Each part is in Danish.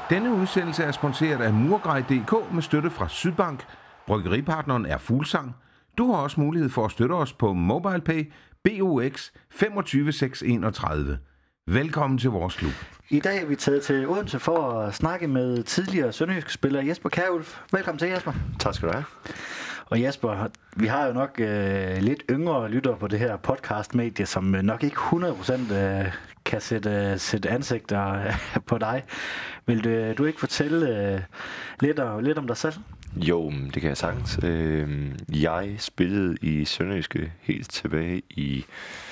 Denne udsendelse er sponsoreret af Murgrej.dk med støtte fra Sydbank. Bryggeripartneren er Fuglsang. Du har også mulighed for at støtte os på MobilePay BOX 25631. Velkommen til vores klub. I dag er vi taget til Odense for at snakke med tidligere sønderjyske spiller Jesper Kjærulff. Velkommen til, Jesper. Tak skal du have. Og Jesper, vi har jo nok lidt yngre lyttere på det her podcast-medie, som nok ikke 100% kan sætte ansigter på dig. Vil du ikke fortælle lidt om dig selv? Jo, det kan jeg sagtens. Jeg spillede i Sønderjyske helt tilbage i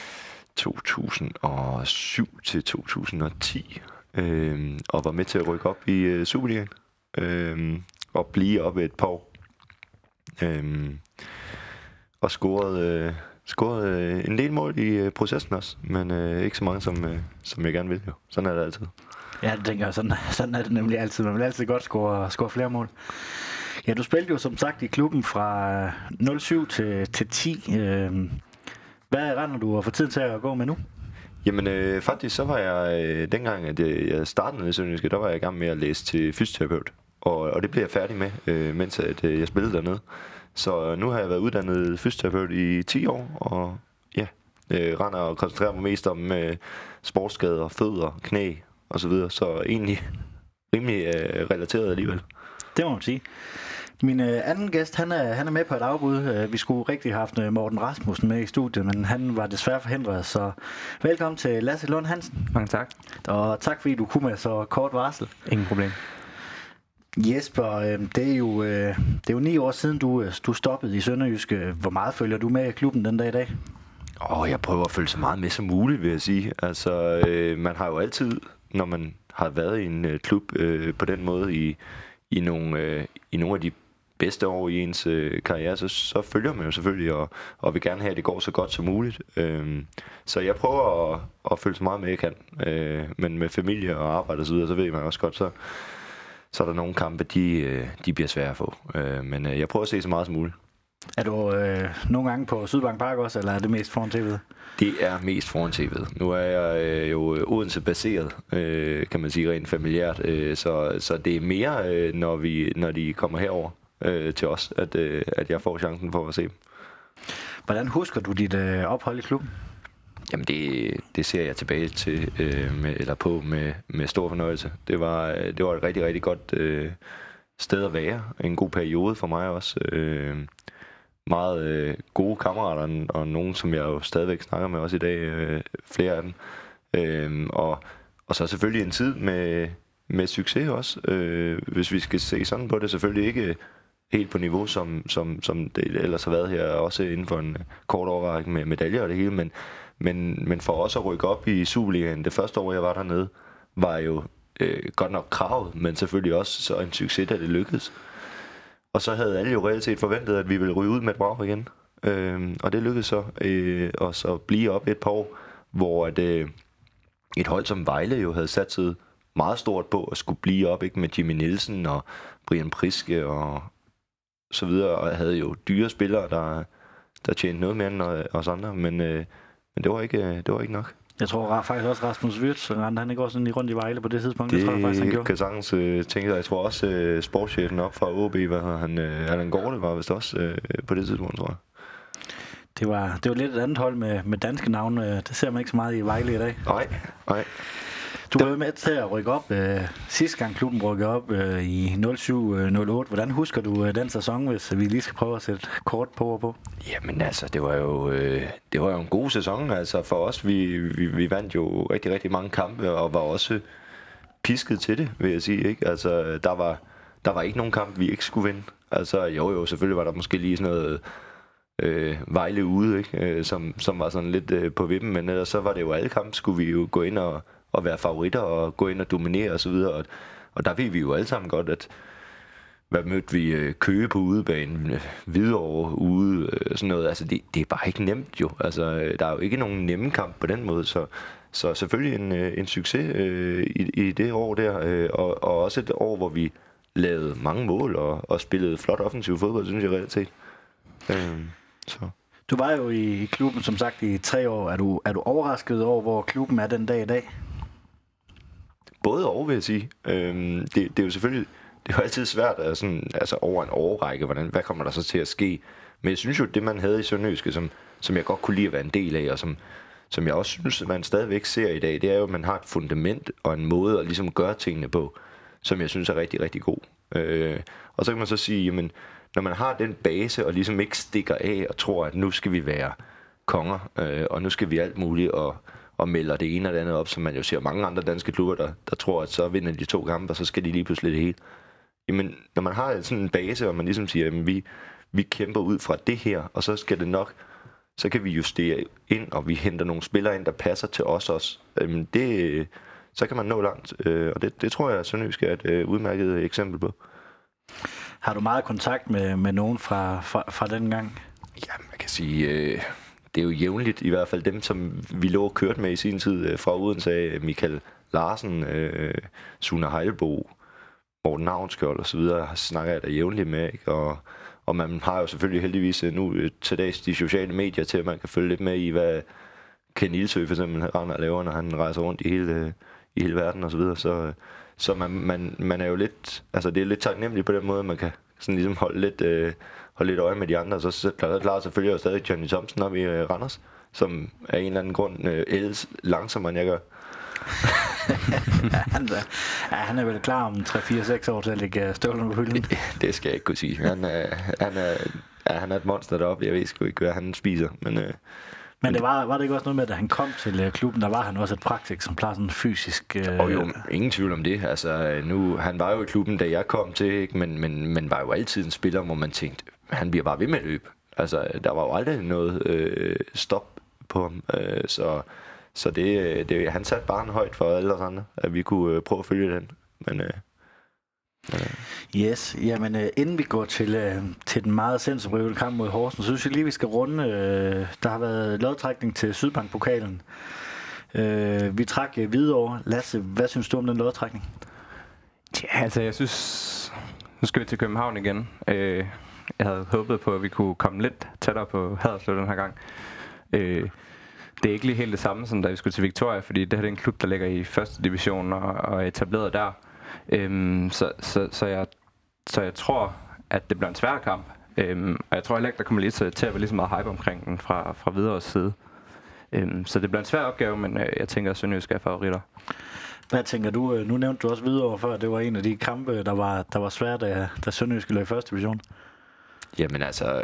2007 til 2010, og var med til at rykke op i Superligaen og blive op et par år. Og scorede en del mål i processen også, men ikke så mange, som jeg gerne vil. Jo. Sådan er det altid. Ja, det tænker jeg. Sådan er det nemlig altid. Man vil altid godt score flere mål. Ja, du spillede jo som sagt i klubben fra 07 til 10. Hvad render du og får tid til at gå med nu? Jamen faktisk så var jeg, dengang at jeg startede i Sønderjyske, der var jeg i gang med at læse til fysioterapeut. Og det blev jeg færdig med, mens at jeg spillede dernede. Så nu har jeg været uddannet fysioterapeut i 10 år, og ja, render og koncentrerer mig mest om sportsskader, fødder, knæ og så videre. Så egentlig rimelig relateret alligevel. Det må man sige. Min anden gæst, han er med på et afbud. Vi skulle rigtig have haft Morten Rasmussen med i studiet, men han var desværre forhindret. Så velkommen til Lasse Lund Hansen. Mange tak. Og tak fordi du kunne med så kort varsel. Ingen problem. Jesper, det er jo 9 år siden, du stoppede i Sønderjyske. Hvor meget følger du med i klubben den dag i dag? Jeg prøver at følge så meget med som muligt, vil jeg sige. Altså, man har jo altid, når man har været i en klub på den måde i nogle af de bedste år i ens karriere, så følger man jo selvfølgelig, og vil gerne have, at det går så godt som muligt. Så jeg prøver at følge så meget med, jeg kan. Men med familie og arbejde og så videre, så ved man også godt, så er der nogle kampe, de bliver svære at få. Men jeg prøver at se så meget som muligt. Er du nogle gange på Sydbank Park også, eller er det mest foran tv'et? Det er mest foran tv'et. Nu er jeg jo Odense-baseret, kan man sige, rent familiært. Så det er mere, når de kommer herover til os, at jeg får chancen for at se dem. Hvordan husker du dit ophold i klubben? Jamen det ser jeg tilbage til med stor fornøjelse. Det var et rigtig, rigtig godt sted at være. En god periode for mig også. Meget gode kammerater, og nogen, som jeg jo stadigvæk snakker med også i dag, flere af dem. Og så selvfølgelig en tid med succes også, hvis vi skal se sådan på det. Selvfølgelig ikke helt på niveau, som det ellers har været her, også inden for en kort årrække med medaljer og det hele, men for os at rykke op i Superligaen, det første år, jeg var dernede, var jo godt nok kravet, men selvfølgelig også så en succes, da det lykkedes. Og så havde alle jo reelt set forventet, at vi ville ryge ud med et brag igen. Og det lykkedes så, og så blive op et par år, hvor et hold som Vejle jo havde satset meget stort på at skulle blive op, ikke, med Jimmy Nielsen og Brian Priske og så videre, og havde jo dyre spillere, der tjente noget mere end os andre, men det var ikke nok. Jeg tror faktisk også Rasmus Wirtz rendte han ikke også sådan rundt i Vejle på det tidspunkt. Det tror jeg faktisk, han gjorde. Kan sagtens tænke sig. Jeg tror også sportschefen op fra OB, Allan Gorte var vist også på det tidspunkt, tror jeg. Det var lidt et andet hold med danske navne. Det ser man ikke så meget i Vejle i dag. Nej. Du var jo med til at rykke op sidste gang klubben rykkede op i 07-08. Hvordan husker du den sæson, hvis vi lige skal prøve at sætte kort på? Jamen altså, det var jo en god sæson. Altså for os, vi vandt jo rigtig, rigtig mange kampe, og var også pisket til det, vil jeg sige. Ikke? Altså, der var ikke nogen kamp, vi ikke skulle vinde. Altså jo, selvfølgelig var der måske lige sådan noget Vejle ude, ikke? Som var sådan lidt på vippen, men ellers så var det jo alle kampe, skulle vi jo gå ind og være favoritter og gå ind og dominere og så videre. Og der ved vi jo alle sammen godt, at hvad mødte vi? Køge på udebanen, Hvidovre ude, sådan noget. Altså det er bare ikke nemt jo. Altså der er jo ikke nogen nemme kamp på den måde, så selvfølgelig en succes i det år der, og også et år, hvor vi lavede mange mål og spillede flot offensiv fodbold, synes jeg reelt set. Så. Du var jo i klubben, som sagt, i 3 år. Er du overrasket over, hvor klubben er den dag i dag? både og, vil jeg sige. Det er jo selvfølgelig, det er jo altid svært at sådan, altså over en årrække, hvad kommer der så til at ske? Men jeg synes jo, det man havde i Sønderjyske, som jeg godt kunne lide at være en del af, og som jeg også synes, at man stadigvæk ser i dag, det er jo, at man har et fundament og en måde at ligesom gøre tingene på, som jeg synes er rigtig, rigtig god. Og så kan man så sige, jamen, når man har den base, og ligesom ikke stikker af og tror, at nu skal vi være konger, og nu skal vi alt muligt, og melder det ene og det andet op, som man jo ser mange andre danske klubber, der tror, at så vinder de 2 kampe, og så skal de lige pludselig det hele. Jamen, når man har sådan en base, og man ligesom siger, at vi kæmper ud fra det her, og så skal det nok, så kan vi justere ind, og vi henter nogle spillere ind, der passer til os også. Så kan man nå langt, og det tror jeg, at Sønderjysk er et udmærket eksempel på. Har du meget kontakt med nogen fra den gang? Ja, man kan sige, det er jo jævnligt, i hvert fald dem, som vi lå og kørte med i sin tid fra Odense af, Michael Larsen, Sune Heilbo, Morten Navnskjold og så videre, snakker jeg da jævnligt med, ikke? Og man har jo selvfølgelig heldigvis nu til dags de sociale medier til, at man kan følge lidt med i, hvad Ken Ilsø for eksempel render og laver, når han rejser rundt i hele verden og så videre. Så man er jo lidt, altså det er lidt taknemmeligt på den måde, man kan sådan ligesom holde lidt øje med de andre. Så klarer selvfølgelig jo stadig Johnny Thomsen op i Randers, som af en eller anden grund ældes langsommere, end jeg gør. Han er vel klar om 3-4-6 år til at lægge støvlerne på hylden. Det skal jeg ikke kunne sige. Han er et monster deroppe. Jeg ved sgu ikke, hvad han spiser. Men det var det ikke også noget med, at han kom til klubben, der var han også et pragteksemplar, sådan fysisk... Jo, ingen tvivl om det. Altså, han var jo i klubben, da jeg kom til, ikke? Men var jo altid en spiller, hvor man tænkte, han bliver bare ved med at løbe. Altså, der var jo aldrig noget stop på ham. Så han satte barnen højt for alle os andre, at vi kunne prøve at følge den. Yes, jamen inden vi går til den meget sindsoprivende kamp mod Horsens, så synes jeg lige, vi skal runde. Der har været lodtrækning til Sydbank-pokalen. Vi trak Hvidovre. Lasse, hvad synes du om den lodtrækning? Ja, altså jeg synes, nu skal vi til København igen. Jeg havde håbet på, at vi kunne komme lidt tættere på Haderslev den her gang. Det er ikke lige helt det samme, som da vi skulle til Victoria, fordi det her er en klub, der ligger i første division og er etableret der. Så jeg tror, at det bliver en svær kamp. Og jeg tror heller ikke, der kommer lidt til at være lige så meget hype omkring den fra Hvidovres side. Så det bliver en svær opgave, men jeg tænker, at Sønderjysk er favoritter. Hvad tænker du? Nu nævnte du også Hvidovre før. Det var en af de kampe, der var svært, da Sønderjysk lå i første division. Jamen altså...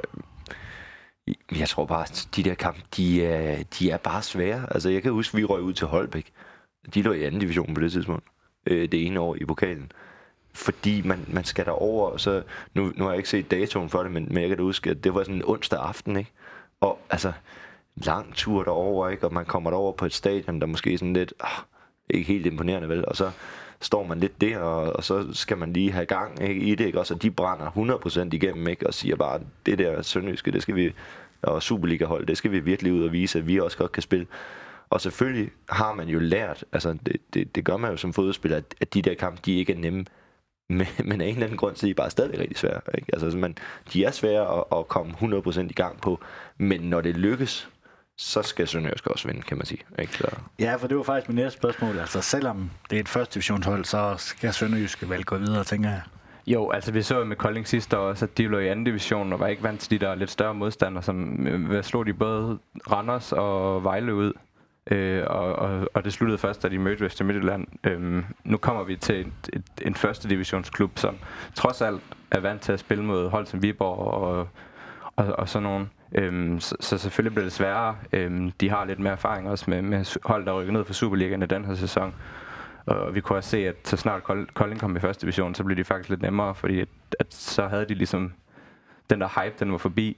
Jeg tror bare, at de der kampe, de er bare svære. Altså, jeg kan huske, vi røg ud til Holbæk. De lå i anden division på det tidspunkt. Det ene år i pokalen. Fordi man skal derover, og så... Nu har jeg ikke set datoen for det, men jeg kan da huske, at det var sådan en onsdag aften, ikke? Og altså, lang tur derover, ikke? Og man kommer derover på et stadion, der måske sådan lidt... ikke helt imponerende, vel? Og så står man lidt der, og så skal man lige have gang, ikke, i det, ikke? Og så de brænder 100% igennem, ikke? Og siger bare, det der Sønderjyske, det skal vi... Og Superliga-hold, det skal vi virkelig ud og vise, at vi også godt kan spille. Og selvfølgelig har man jo lært, altså det gør man jo som fodboldspiller, at de der kampe, de ikke er nemme. Men af en eller anden grund, så er de bare stadig rigtig svære. Ikke? Altså, de er svære at komme 100% i gang på, men når det lykkes, så skal Sønderjysk også vinde, kan man sige. Ikke? Så. Ja, for det var faktisk mit næste spørgsmål. Altså, selvom det er et første divisionshold, så skal Sønderjysk vel gå videre, tænker jeg. Jo, altså vi så jo med Kolding sidste år også, at de lå i anden division og var ikke vant til de der lidt større modstandere, som slog de både Randers og Vejle ud. Og det sluttede først, da de mødte Vester Midtjylland. Nu kommer vi til en første divisionsklub, som trods alt er vant til at spille mod hold som Viborg og sådan nogen. Så selvfølgelig bliver det sværere. De har lidt mere erfaring også med hold, der rykker ned for Superligaen i den her sæson. Og vi kunne også se, at så snart Kolding kom i første division, så blev de faktisk lidt nemmere, fordi at så havde de ligesom den der hype, den var forbi.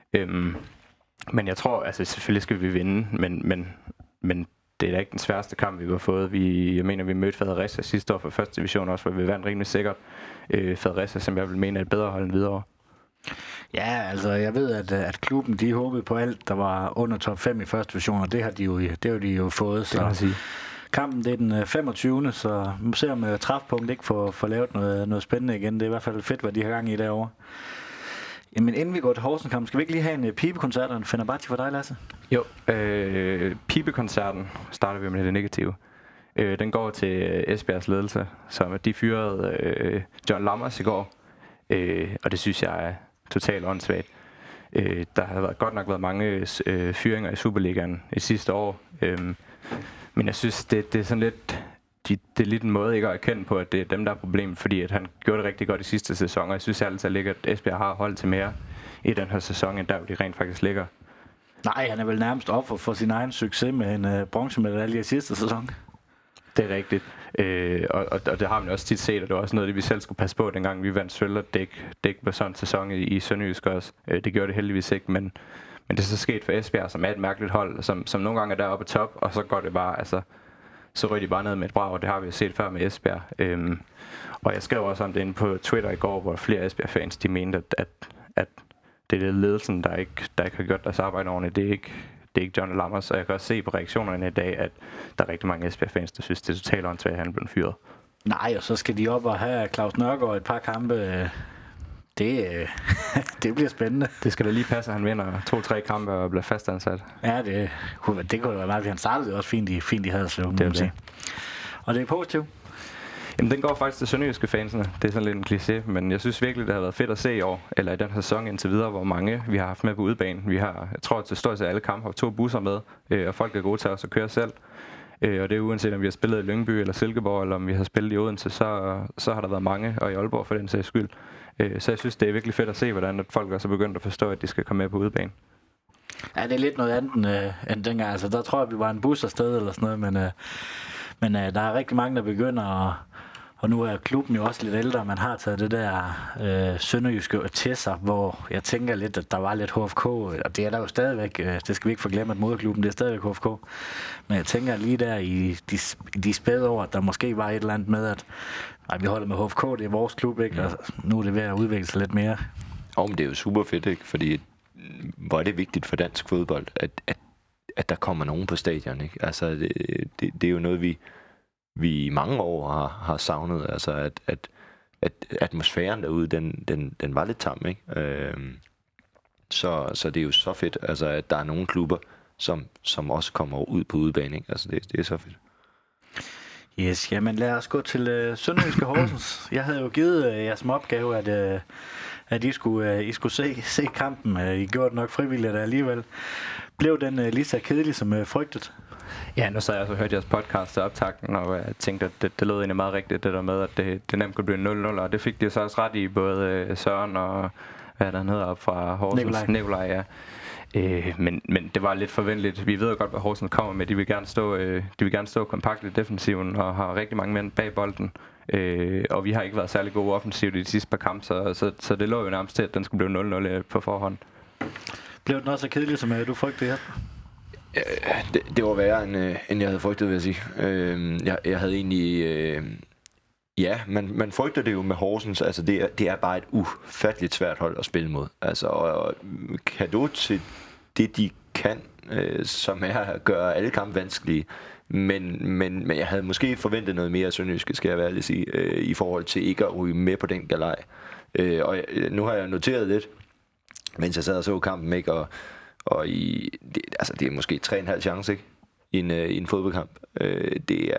Men jeg tror, altså selvfølgelig skal vi vinde, men det er da ikke den sværeste kamp, vi har fået. Jeg mener, vi mødte Fredericia sidste år for første division også, hvor vi vandt rimelig sikkert. Fredericia, som jeg vil mene er et bedre hold end Hvidovre. Ja, altså jeg ved, at klubben, de håbede på alt, der var under top 5 i første division, og det har de jo fået. Det kan man sige. Kampen, det er den 25. Så vi må se, om træfpunkt ikke får lavet noget spændende igen. Det er i hvert fald fedt, hvad de har gang i derovre. Jamen, inden vi går til Horsens-kampen, skal vi ikke lige have en pibekoncert og en Fenerbahce for dig, Lasse? Jo, pibekoncerten starter vi med det negative. Den går til Esbjergs ledelse, som de fyrede John Lammers i går. Og det synes jeg er totalt åndssvagt. Der har godt nok været mange fyringer i Superligaen i sidste år. Men jeg synes, det er sådan lidt... Det er lidt en måde ikke at erkende på, at det er dem, der er problemet, fordi at han gjorde det rigtig godt i sidste sæson, og jeg synes ærligt at Esbjerg har holdt til mere i den her sæson, end der de rent faktisk ligger. Nej, han er vel nærmest offer for sin egen succes med en bronzemedalje i sidste sæson. Det er rigtigt, og det har man også tit set, og det var også noget, det vi selv skulle passe på, dengang vi vandt sølv og dæk på sådan en sæson i Sønderjysk også. Det gjorde det heldigvis ikke, men det er så sket for Esbjerg, som er et mærkeligt hold, som nogle gange er deroppe på top, og så går det bare, altså, så ryger de bare ned med et brag, og det har vi jo set før med Esbjerg. Og jeg skrev også om det inde på Twitter i går, hvor flere Esbjerg-fans, de mente, at det er ledelsen, der ikke har gjort deres arbejde ordentligt. Det er ikke John Lammers, og jeg kan også se på reaktionerne i dag, at der er rigtig mange Esbjerg-fans, der synes, det er totalt åndssvagt, at han er blevet fyret. Nej, og så skal de op og have Claus Nørgaard et par kampe. Det bliver spændende. Det skal da lige passe, at han vinder 2-3 kampe og bliver fastansat. Ja, det kunne være meget, han startede også fint i Haderslev, det må man sige. Og det er positivt. Jamen, den går faktisk til sønderjyske fansene. Det er sådan lidt en kliché, men jeg synes virkelig, det har været fedt at se i år, eller i den her sæson indtil videre, hvor mange vi har haft med på udebane. Vi har, jeg tror, til stort set alle kampe har 2 busser med, og folk er gode til os at køre selv. Og det er uanset, om vi har spillet i Lyngby eller Silkeborg, eller om vi har spillet i Odense, så har der været mange, og i Aalborg for den sags skyld. Så jeg synes, det er virkelig fedt at se, hvordan at folk også er begyndt at forstå, at de skal komme med på udebane. Ja, det er lidt noget andet end dengang. Altså, der tror jeg, vi var en bus afsted eller sådan noget, men der er rigtig mange, der begynder og nu er klubben jo også lidt ældre. Man har taget det der sønderjyske til sig, hvor jeg tænker lidt, at der var lidt HFK, og det er der jo stadigvæk, det skal vi ikke forglemme, at moderklubben, det er stadigvæk HFK. Men jeg tænker lige der i de spæde år, at der måske var et eller andet med, at vi holder med HFK, det er vores klub, ikke? Og nu er det ved at udvikle sig lidt mere. Men det er jo super fedt, ikke? Fordi hvor er det vigtigt for dansk fodbold, at der kommer nogen på stadion, ikke? Altså, det er jo noget, vi i mange år har savnet, altså at atmosfæren derude, den var lidt tam, ikke? Så det er jo så fedt, altså at der er nogle klubber, som også kommer ud på udebane, ikke? Altså det er så fedt. Yes, jamen lad os gå til Sønderjyske Horsens. Jeg havde jo givet jer som opgave, at I skulle se kampen. I gjorde det nok frivilligt alligevel. Blev den lige så kedelig som frygtet? Ja, nu så jeg også hørt jeres podcast til optakten, og jeg tænkte, at det lød egentlig meget rigtigt, det der med, at det nemt kunne blive 0-0, og det fik de så også ret i, både Søren og, hvad han hedder, op fra Horsens, Nikolaj, ja. Men det var lidt forventeligt. Vi ved jo godt, hvad Horsens kommer med. De vil gerne stå kompakt i defensiven, og har rigtig mange mænd bag bolden. Og vi har ikke været særlig gode offensivt i de sidste par kampe, så det lå jo nærmest til, at den skulle blive 0-0 på forhånd. Blev den også så kedelig, som du frygtede her? Det var værre, end jeg havde frygtet, vil jeg sige. Jeg havde egentlig... Ja, man frygter det jo med Horsens. Altså, det er bare et ufatteligt svært hold at spille mod. Altså, og cadeau til det, de kan, som er at gøre alle kampe vanskelige. Men jeg havde måske forventet noget mere sønderjyske, skal jeg være ærlig sige, i forhold til ikke at ryge med på den galej. Og nu har jeg noteret lidt, mens jeg sad og så kampen, ikke? Og det er måske 3,5 chance, ikke? I en fodboldkamp. Det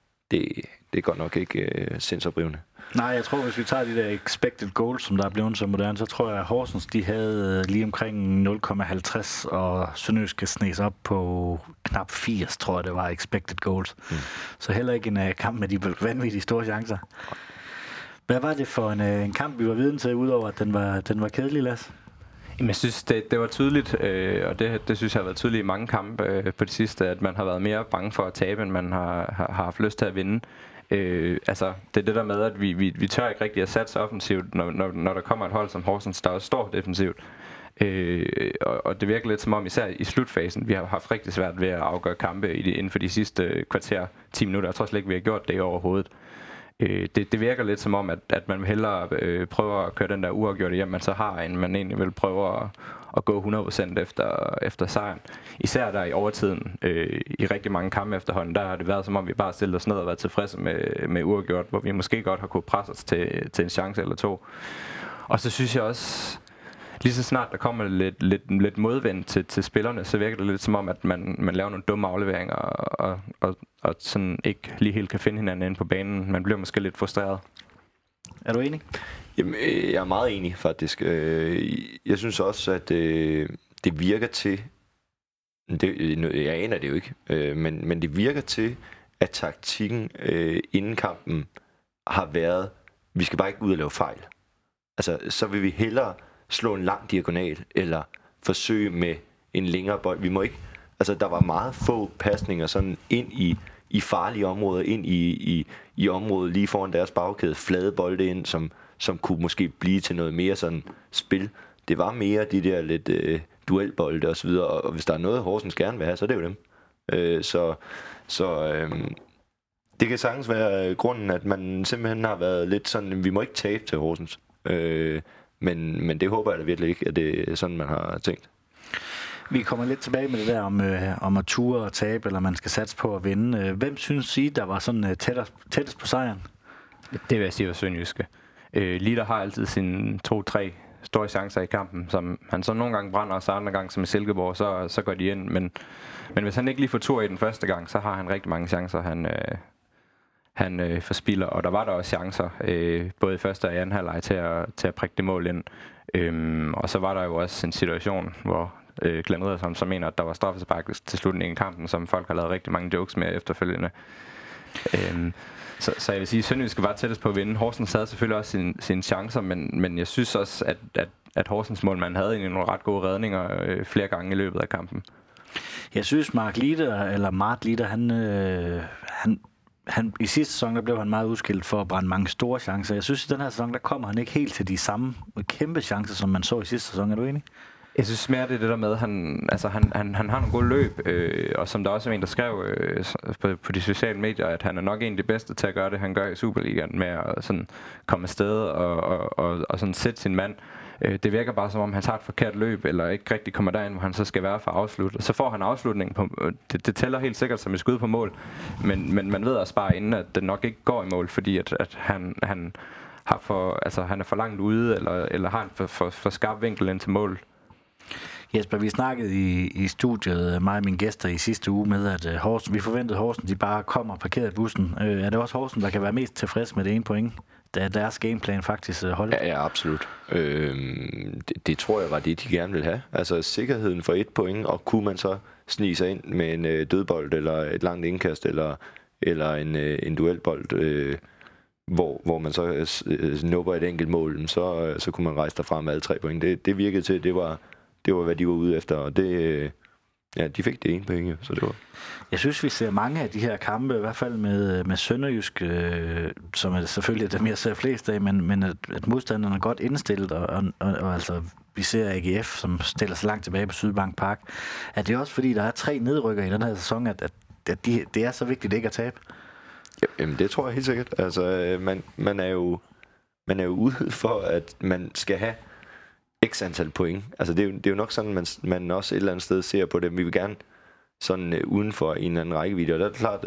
er godt nok ikke sindsoprivende. Nej, jeg tror, hvis vi tager de der expected goals, som der er blevet så moderne, så tror jeg, at Horsens, de havde lige omkring 0,50, og Sønderjyske snes op på knap 80, tror jeg, det var expected goals. Så heller ikke en kamp med de vanvittige store chancer. Hvad var det for en kamp, vi var viden til, udover at den var kedelig, Lasse? Jamen, jeg synes, det var tydeligt, og det synes jeg har været tydeligt i mange kampe på det sidste, at man har været mere bange for at tabe, end man har haft lyst til at vinde. Altså, det er det der med, at vi tør ikke rigtig at satse offensivt, når der kommer et hold som Horsens, der står defensivt. Og det virker lidt som om, især i slutfasen, vi har haft rigtig svært ved at afgøre kampe inden for de sidste kvarter, 10 minutter. Jeg tror slet ikke, vi har gjort det overhovedet. Det virker lidt som om, at man hellere prøver at køre den der uafgjorte hjem, man så har, end man egentlig vil prøve at gå 100% efter sejren. Især der i overtiden, i rigtig mange kampe efterhånden, der har det været som om, vi bare stillede os ned og været tilfredse med uafgjort, hvor vi måske godt har kunne presse os til en chance eller to. Og så synes jeg også, lige så snart der kommer lidt modvind til spillerne, så virker det lidt som om, at man laver nogle dumme afleveringer, og sådan ikke lige helt kan finde hinanden inde på banen. Man bliver måske lidt frustreret. Er du enig? Jamen, jeg er meget enig, faktisk. Jeg synes også, at det virker til... jeg aner det jo ikke, men det virker til, at taktikken inden kampen har været, vi skal bare ikke ud og lave fejl. Altså, så vil vi hellere slå en lang diagonal, eller forsøge med en længere bold. Vi må ikke... Altså, der var meget få pasninger sådan ind i farlige områder, ind i området lige foran deres bagkæde, flade bolde ind, som kunne måske blive til noget mere sådan spil. Det var mere de der lidt duelbolde og så videre, og hvis der er noget, Horsens gerne vil have, så er det jo dem. Det kan sagtens være grunden, at man simpelthen har været lidt sådan, vi må ikke tabe til Horsens. Men det håber jeg da virkelig ikke, at det er sådan, man har tænkt. Vi kommer lidt tilbage med det der om at ture og tabe, eller man skal satse på at vinde. Hvem synes I, der var sådan tættest på sejren? Det vil jeg sige var Sønderjyske. Lider har altid sine 2-3 store chancer i kampen, som han så nogle gange brænder, og så andre gange som i Silkeborg, så går de ind. Men hvis han ikke lige får tur i den første gang, så har han rigtig mange chancer, han forspilder. Og der var der også chancer, både i første og anden halvleg til at prikke det mål ind. Og så var der jo også en situation, hvor Glenn Riddersholm så mener, at der var straffespark til slutningen af kampen, som folk har lavet rigtig mange jokes med efterfølgende. Så jeg vil sige, at Sønderjyske var tættest på at vinde. Horsens havde selvfølgelig også sine chancer, men jeg synes også, at Horsens målmand havde egentlig nogle ret gode redninger flere gange i løbet af kampen. Jeg synes, Mart Lider, han i sidste sæson, der blev han meget udskilt for at brænde mange store chancer. Jeg synes, i den her sæson, der kommer han ikke helt til de samme kæmpe chancer, som man så i sidste sæson. Er du enig? Jeg synes mere, det er det der med, han har nogle gode løb, og som der også er en, der skrev på de sociale medier, at han er nok en af de bedste til at gøre det, han gør i Superligaen, med at sådan komme afsted og sådan sætte sin mand. Det virker bare som om, han tager et forkert løb, eller ikke rigtig kommer derind, hvor han så skal være for at afslutte. Og så får han afslutningen på... Det tæller helt sikkert som et skud på mål, men man ved også bare inden, at det nok ikke går i mål, fordi at han er for langt ude, eller har en for skarp vinkel ind til mål. Jesper, vi snakkede i studiet, mig og mine gæster i sidste uge, med at vi forventede Horsens, de bare kommer og parkerer bussen. Er det også Horsens, der kan være mest tilfreds med det ene point, da deres gameplan faktisk holder? Ja, absolut. Det tror jeg var det, de gerne ville have. Altså sikkerheden for 1 point, og kunne man så snige sig ind med en dødbold, eller et langt indkast, eller en duelbold, hvor man så nubber et enkelt mål, så kunne man rejse derfra med alle 3 point. Det virkede til, det var, hvad de var ude efter, og det... Ja, de fik det ene point, så det var... Jeg synes, vi ser mange af de her kampe, i hvert fald med Sønderjysk, som er selvfølgelig dem, jeg ser flest af, men at modstanderne er godt indstillet, og altså, vi ser AGF, som stiller sig langt tilbage på Sydbank Park. Er det også fordi, der er 3 nedrykker i den her sæson, at det er så vigtigt ikke at tabe? Jamen, det tror jeg helt sikkert. Altså, man er jo ude for, at man skal have x antal point. Altså det er jo nok sådan, man også et eller andet sted ser på det. Vi vil gerne sådan uden for en eller anden rækkevidde, og der er klart,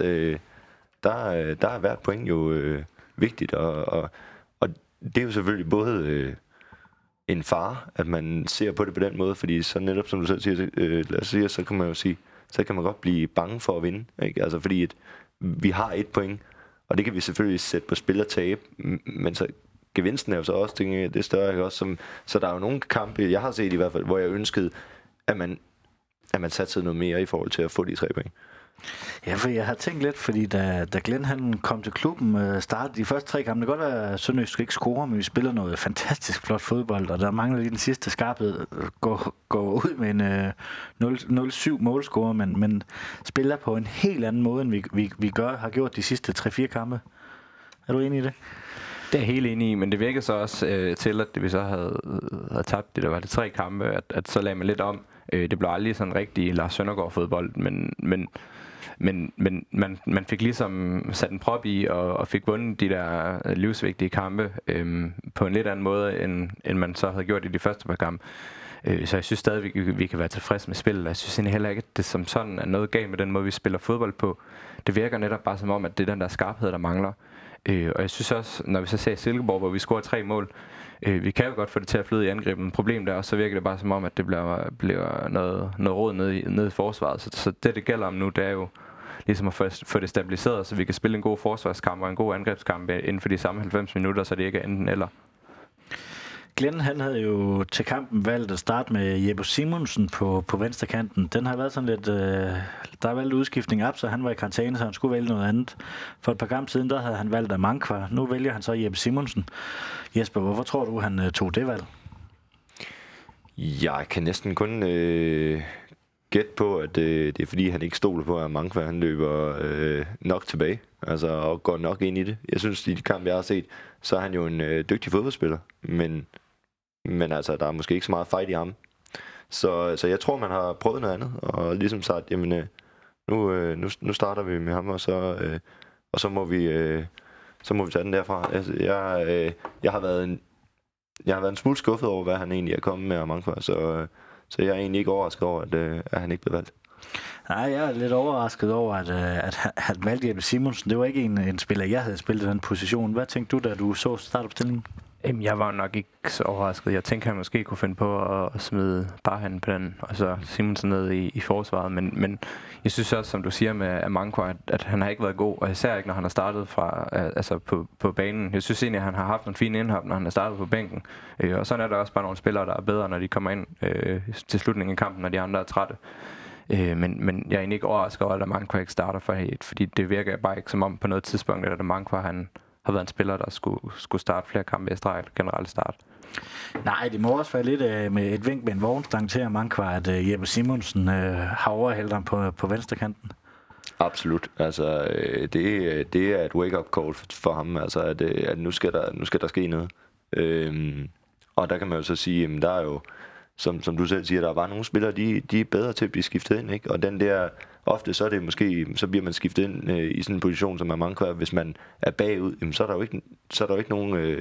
der er hvert point jo vigtigt, og det er jo selvfølgelig både en fare, at man ser på det på den måde, fordi så netop som du selv siger, så kan man jo sige, så kan man godt blive bange for at vinde, ikke? Altså fordi vi har 1 point, og det kan vi selvfølgelig sætte på spil og tabe, men så gevinsten er jo så også, det er større, ikke? Også så der er jo nogle kampe, jeg har set i hvert fald, hvor jeg ønskede, at man satte noget mere i forhold til at få de 3 point. Ja, for jeg har tænkt lidt, fordi da Glenn han kom til klubben, startede de første 3 kampe. Det kan godt være, at Sønderjysk ikke scorer, men vi spiller noget fantastisk flot fodbold, og der mangler lige den sidste skarphed, går ud med en 0-7 målscorer, men spiller på en helt anden måde, end vi har gjort de sidste 3-4 kampe. Er du enig i det? Det er jeg helt enig i, men det virker så også til, at vi så havde tabt det, der var det 3 kampe, at så lagde man lidt om. Det blev aldrig sådan rigtig Lars Søndergaard fodbold, men man fik ligesom sat en prop i og fik vundet de der livsvigtige kampe på en lidt anden måde, end man så havde gjort i de første par kampe. Så jeg synes stadig, vi kan være tilfredse med spillet. Jeg synes heller ikke, at det som sådan er noget galt med den måde, vi spiller fodbold på. Det virker netop bare som om, at det er den der skarphed, der mangler. Og jeg synes også, når vi så ser Silkeborg, hvor vi scorer 3 mål, vi kan jo godt få det til at flyde i angrebet, men problemet er også, så virker det bare som om, at det bliver noget råd nede i forsvaret. Så det gælder om nu, det er jo ligesom at få det stabiliseret, så vi kan spille en god forsvarskamp og en god angrebskamp inden for de samme 90 minutter, så det ikke er enten eller. Glenn, han havde jo til kampen valgt at starte med Jeppe Simonsen på venstrekanten. Den har været sådan lidt... der har valgt udskiftning op, så han var i karantæne, så han skulle vælge noget andet. For et par kampe siden, der havde han valgt Amankwa. Nu vælger han så Jeppe Simonsen. Jesper, hvorfor tror du, han tog det valg? Jeg kan næsten kun gætte på, at det er fordi, han ikke stoler på, at Amankwa han løber nok tilbage. Altså, og går nok ind i det. Jeg synes, i de kampe, jeg har set, så er han jo en dygtig fodboldspiller. Men altså, der er måske ikke så meget fight i ham. Så jeg tror, man har prøvet noget andet, og ligesom sagt, jamen, nu starter vi med ham, og så må vi tage den derfra. Altså, jeg har været en smule skuffet over, hvad han egentlig er kommet med Amankwa, så jeg er egentlig ikke overrasket over, at han ikke blev valgt. Nej, jeg er lidt overrasket over, at han valgte Jeppe Simonsen. Det var ikke en spiller, jeg havde spillet i den position. Hvad tænkte du, da du så startopstillingen? Jeg var nok ikke så overrasket. Jeg tænkte, at han måske kunne finde på at smide Barhan på den, og så Simonsen ned i forsvaret. Men jeg synes også, som du siger med Amankwa, at han har ikke været god, og især ikke, når han har startet på banen. Jeg synes egentlig, at han har haft en fin indhop, når han har startet på bænken. Og sådan er der også bare nogle spillere, der er bedre, når de kommer ind til slutningen af kampen, når de andre er trætte. Men jeg er egentlig ikke overrasket over, at Amankwa ikke starter fordi det virker bare ikke som om på noget tidspunkt, at Amankwa han har været en spiller, der skulle starte flere kampe i streg, generelt start. Nej, det må også være lidt med et vink med en vognstang til Amankwa, at Jeppe Simonsen har overhældt ham på venstrekanten. Absolut. Altså, det er et wake-up call for ham, altså, at nu skal der ske noget. Og der kan man jo så sige, at der er jo, som du selv siger, der er bare nogle spillere, de er bedre til at blive skiftet ind, ikke? Og den der, ofte så er det måske, så bliver man skiftet ind i sådan en position, som Amankwa, hvis man er bagud, jamen, så er der jo ikke nogen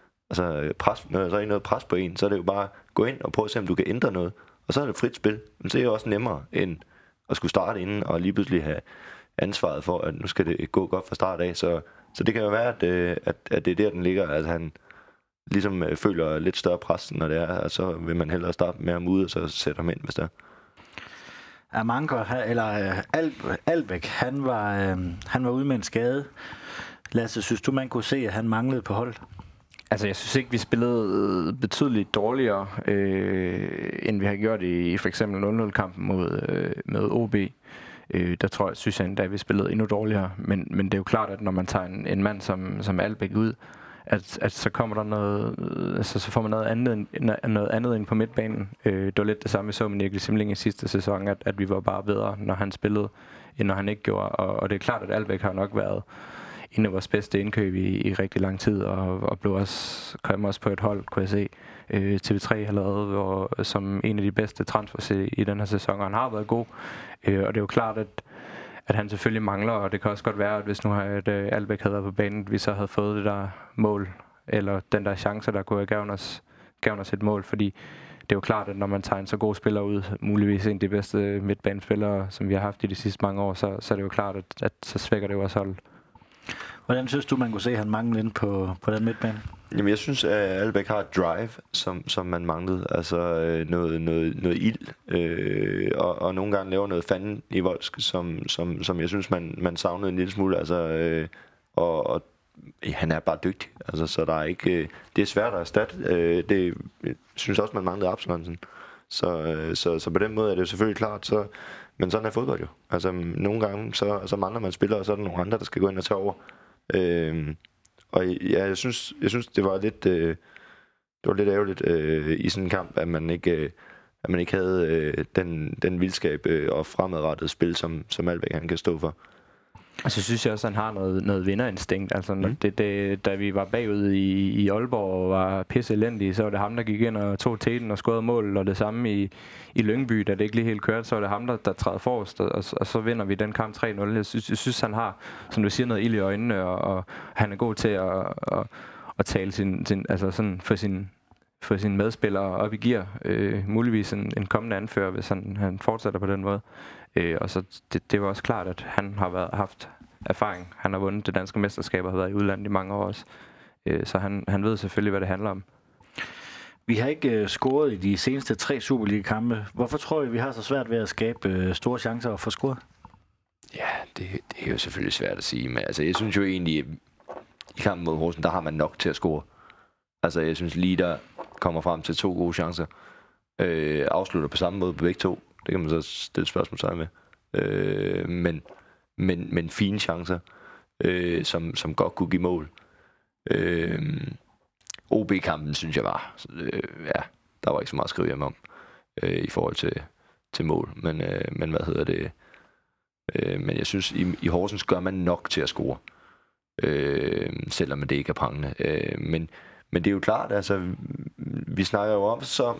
pres, så er der ikke noget pres på en, så er det jo bare gå ind og prøve at se, om du kan ændre noget, og så er det frit spil. Men så er det jo også nemmere, end at skulle starte inden, og lige pludselig have ansvaret for, at nu skal det gå godt fra start af, så det kan jo være, at det er der, den ligger, at han ligesom føler lidt større pres, når det er, og så vil man hellere starte med ham ude, og så sætte ham ind, hvis det er. Amankwa, eller Albæk, han var ude med en skade. Lasse, synes du, man kunne se, at han manglede på hold? Altså, jeg synes ikke, vi spillede betydeligt dårligere, end vi har gjort i for eksempel 0-0-kampen med OB. Der synes jeg endda, at vi spillede endnu dårligere. Men det er jo klart, at når man tager en mand som Albæk ud, at så kommer der noget, altså så får man noget andet ind på midtbanen. Det var lidt det samme, vi så med Niklas Simling i sidste sæson, at vi var bare bedre, når han spillede, end når han ikke gjorde. Og det er klart, at Albæk har nok været en af vores bedste indkøb i rigtig lang tid, og kom også på et hold, kunne jeg se. TV3 har lavet som en af de bedste transfers i den her sæson, og han har været god. Og det er jo klart, at han selvfølgelig mangler, og det kan også godt være, at hvis nu Albæk havde været på banen, vi så havde fået det der mål, eller den der chance, der kunne have givet os et mål, fordi det er jo klart, at når man tager en så god spiller ud, muligvis en af de bedste midtbanespillere, som vi har haft i de sidste mange år, så er det jo klart, at så svækker det jo også holdet. Hvordan synes du, man kunne se, at han manglede ind på den midtbane? Jamen, jeg synes, at Albæk har et drive, som man manglede. Altså noget ild. Og nogle gange laver noget fanden i voldsk, som jeg synes, man savnede en lille smule. Altså, og han er bare dygtig. Altså, så der er ikke... det er svært at erstatte. Det synes også, man manglede Absalonsen. Så på den måde er det jo selvfølgelig klart. Men sådan er fodbold jo. Altså, nogle gange, så mangler man spillere, og så er der nogle andre, der skal gå ind og tage over. Og ja, jeg synes det var lidt ærgerligt i sådan en kamp, at man ikke havde den vildskab og fremadrettet spil, som Albæk han kan stå for. Og så synes jeg også, at han har noget vinderinstinkt. Altså, da vi var bagud i Aalborg og var pisse elendige, så var det ham, der gik ind og tog teten og scorede mål, og det samme i Lyngby, da det ikke lige helt kørte, så var det ham, der træder forrest, og så vinder vi den kamp 3-0. Jeg synes, han har, som du siger, noget ild i øjnene, og han er god til at tale altså sådan for sine medspillere op i gear. Muligvis en kommende anfører, hvis han fortsætter på den måde. Og så det var også klart, at han har haft erfaring. Han har vundet det danske mesterskab og har været i udlandet i mange år også. Så han ved selvfølgelig, hvad det handler om. Vi har ikke scoret i de seneste 3 Superliga-kampe. Hvorfor tror I, vi har så svært ved at skabe store chancer og få scoret? Ja, det er jo selvfølgelig svært at sige, men altså, jeg synes jo egentlig, i kampen mod Horsens, der har man nok til at score. Altså, jeg synes lige, der kommer frem til 2 gode chancer. Afslutter på samme måde på begge 2. Det kan man så stille spørgsmål med. Men fine chancer, som godt kunne give mål. OB-kampen, synes jeg var. Der var ikke så meget at skrive hjem om i forhold til mål. Men hvad hedder det? Men jeg synes, i Horsens gør man nok til at score. Selvom det ikke er prangende. Men det er jo klart, altså, vi snakker jo om,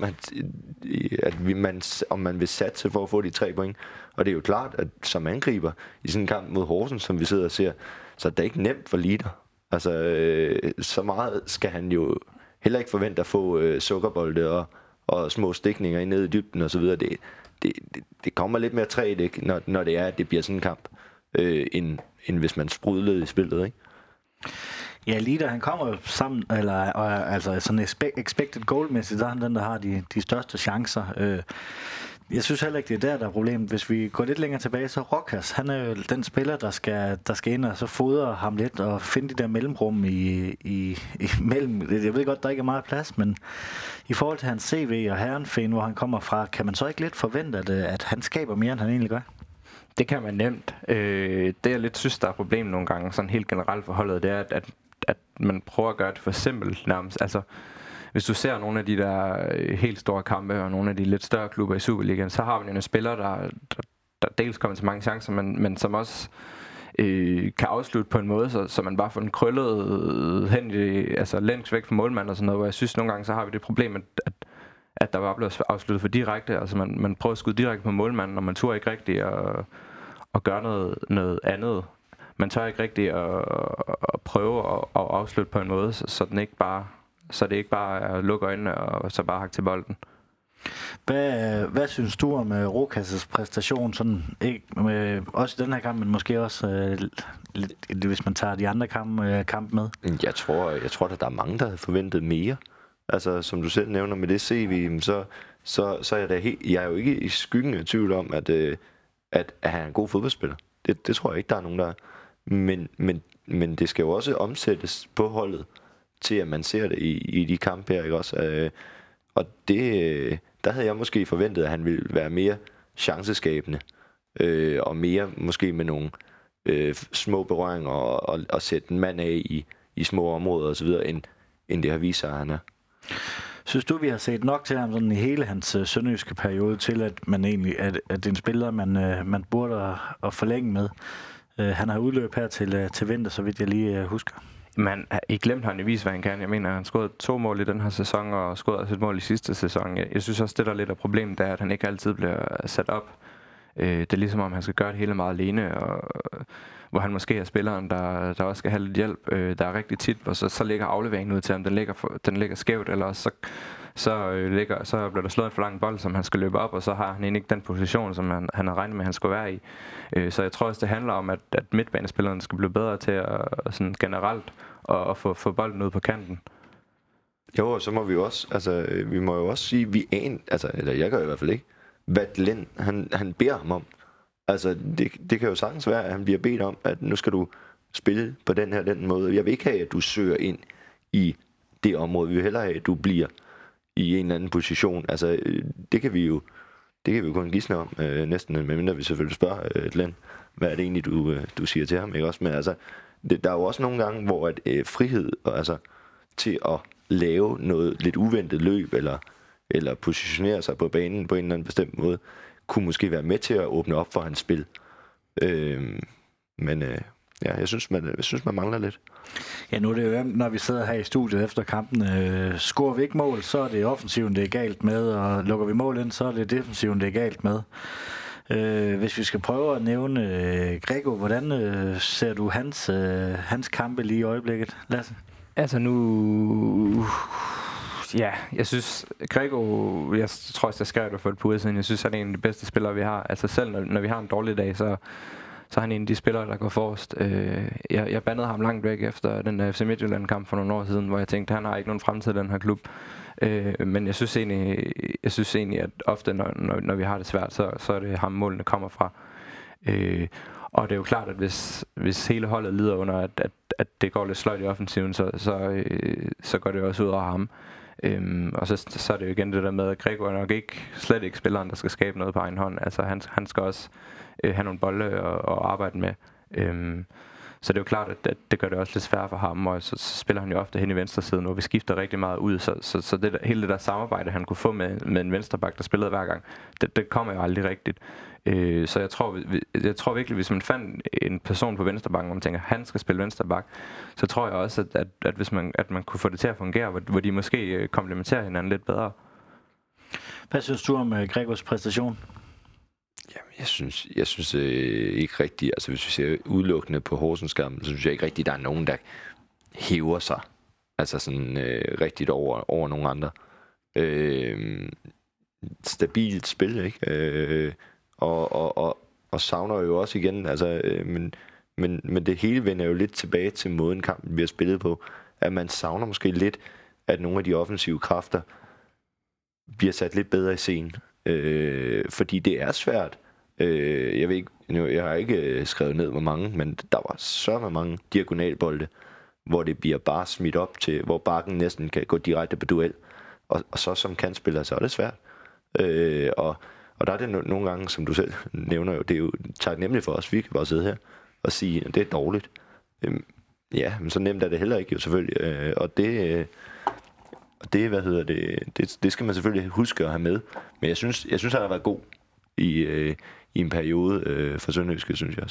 om man vil satse for at få de 3 point. Og det er jo klart, at som angriber i sådan en kamp mod Horsens, som vi sidder og ser, så er det ikke nemt for Lider. Altså, så meget skal han jo heller ikke forvente at få sukkerbolde og små stikninger ned i dybden og så videre. Det kommer lidt mere træt, ikke, når det er, at det bliver sådan en kamp, end hvis man sprudlede i spillet, ikke? Ja, Lider, han kommer sammen, altså sådan expected goal-mæssigt, der er han den, der har de største chancer. Jeg synes heller ikke, det er der er problemet. Hvis vi går lidt længere tilbage, så Rokas, han er jo den spiller, der skal ind og så fodre ham lidt og finde de der mellemrum imellem. Jeg ved godt, der ikke er meget plads, men i forhold til hans CV og Herrenfen, hvor han kommer fra, kan man så ikke lidt forvente, at han skaber mere, end han egentlig gør? Det kan man nemt. Det jeg lidt synes, der er problemet nogle gange, sådan helt generelt forholdet, det er, at man prøver at gøre det for simpelt nærmest. Altså, hvis du ser nogle af de der helt store kampe og nogle af de lidt større klubber i Superligaen, så har man jo nogle spillere, der dels kommer til mange chancer, men som også kan afslutte på en måde, så man bare får den krøllet hen længst væk fra målmanden og sådan noget, hvor jeg synes nogle gange, så har vi det problem, at der bare bliver afsluttet for direkte. Altså man prøver at skyde direkte på målmanden, og man tør ikke rigtigt at gøre noget andet. Man tør ikke rigtigt at prøve at afslutte på en måde, så det ikke bare er at lukke øjnene og så bare hakke til bolden. Hvad synes du om Rokas' præstation, sådan, ikke, også i den her kamp, men måske også hvis man tager de andre kampe med? Jeg tror, at der er mange, der havde forventet mere. Altså, som du selv nævner med det CV, så er jeg er jo ikke i skyggen af tvivl om, at han er en god fodboldspiller. Det tror jeg ikke, der er nogen, der er. Men det skal jo også omsættes på holdet, til at man ser det i de kampe her, ikke også? Og der havde jeg måske forventet, at han ville være mere chanceskabende, og mere måske med nogle små berøringer, og sætte en mand af i små områder osv., end det har vist sig, at han er. Synes du, vi har set nok til ham sådan i hele hans sønderjyske periode, til at man egentlig at det er en spiller, man burde at forlænge med? Han har udløb her til vinter, så vidt jeg lige husker. Men I glemte han i vis, hvad han kan. Jeg mener, han scorede 2 mål i den her sæson, og scorede også et mål i sidste sæson. Jeg synes også, det der er lidt af problemet, det er, at han ikke altid bliver sat op. Det er ligesom om, han skal gøre det hele meget alene, og hvor han måske er spilleren, der også skal have lidt hjælp. Der er rigtig tit, hvor så ligger afleveringen ud til ham, den ligger skævt, eller så bliver der slået en for lang bold, som han skal løbe op, og så har han egentlig ikke den position, som han har regnet med, at han skulle være i. Så jeg tror også, det handler om, at midtbanespillerne skal blive bedre til at sådan generelt at få bolden ud på kanten. Jo, og så må vi også, vi må jo også sige, eller jeg gør i hvert fald ikke, hvad Glenn, han beder ham om. Altså, det kan jo sagtens være, at han bliver bedt om, at nu skal du spille på den måde. Jeg vil ikke have, at du søger ind i det område. Vi vil hellere have, at du bliver i en eller anden position. Altså, det kan vi jo kun gisne om, næsten, medmindre vi selvfølgelig spørger Glenn, hvad er det egentlig, du siger til ham, ikke også? Men altså, der er jo også nogle gange, hvor frihed, altså, til at lave noget lidt uventet løb, eller positionere sig på banen på en eller anden bestemt måde, kunne måske være med til at åbne op for hans spil. Jeg synes, man mangler lidt. Ja, nu er det jo, når vi sidder her i studiet efter kampen, scorer vi ikke mål, så er det offensiven, det er galt med, og lukker vi mål ind, så er det defensiven, det er galt med. Hvis vi skal prøve at nævne Grego, hvordan ser du hans kampe lige i øjeblikket, Lasse? Altså nu... Ja, jeg synes, Grego, jeg tror også, jeg skrev det for et par uger siden, jeg synes, han er en af de bedste spillere, vi har. Altså selv når vi har en dårlig dag, så så er han en af de spillere, der går forrest. Jeg bandede ham langt væk efter den der FC Midtjylland-kamp for nogle år siden, hvor jeg tænkte, han har ikke nogen fremtid i den her klub. Men jeg synes egentlig, at ofte, når vi har det svært, så er det ham, målene kommer fra. Og det er jo klart, at hvis hele holdet lider under, at det går lidt sløjt i offensiven, så går det også ud over ham. Og så er det jo igen det der med, at Gregor er nok slet ikke spilleren, der skal skabe noget på egen hånd. Altså han skal også have nogle bolde at arbejde med. Så det er jo klart, at det gør det også lidt sværere for ham, og så spiller han jo ofte hen i venstre siden, hvor vi skifter rigtig meget ud. Så det der, hele det der samarbejde, han kunne få med en venstreback, der spillede hver gang, det kommer jo aldrig rigtigt. Så jeg tror virkelig, hvis man fandt en person på venstrebacken, hvor man tænker, han skal spille venstreback, så tror jeg også, at hvis man kunne få det til at fungere, hvor de måske komplementerer hinanden lidt bedre. Hvad synes du om Gregors præstation? Jamen, jeg synes ikke rigtigt, altså hvis vi ser udelukkende på Horsens kamp, så synes jeg ikke rigtigt, der er nogen, der hæver sig, altså sådan rigtigt over nogen andre. Stabilt spil, ikke? Og savner jo også igen, altså, men det hele vender jo lidt tilbage til måden kampen bliver spillet på, at man savner måske lidt, at nogle af de offensive kræfter bliver sat lidt bedre i scenen, fordi det er svært. Jeg ved ikke, jeg har ikke skrevet ned hvor mange, men der var så mange diagonalbolde, hvor det bliver bare smidt op til, hvor bakken næsten kan gå direkte på duel, og så som kantspiller, så er det svært. Og der er det nogle gange, som du selv nævner jo, det er jo taknemmeligt for os, vi kan bare sidde her og sige, at det er dårligt. Ja, men så nemt er det heller ikke jo selvfølgelig, og det det skal man selvfølgelig huske at have med. Men jeg synes han har været god i en periode for Sønderjyske, synes jeg.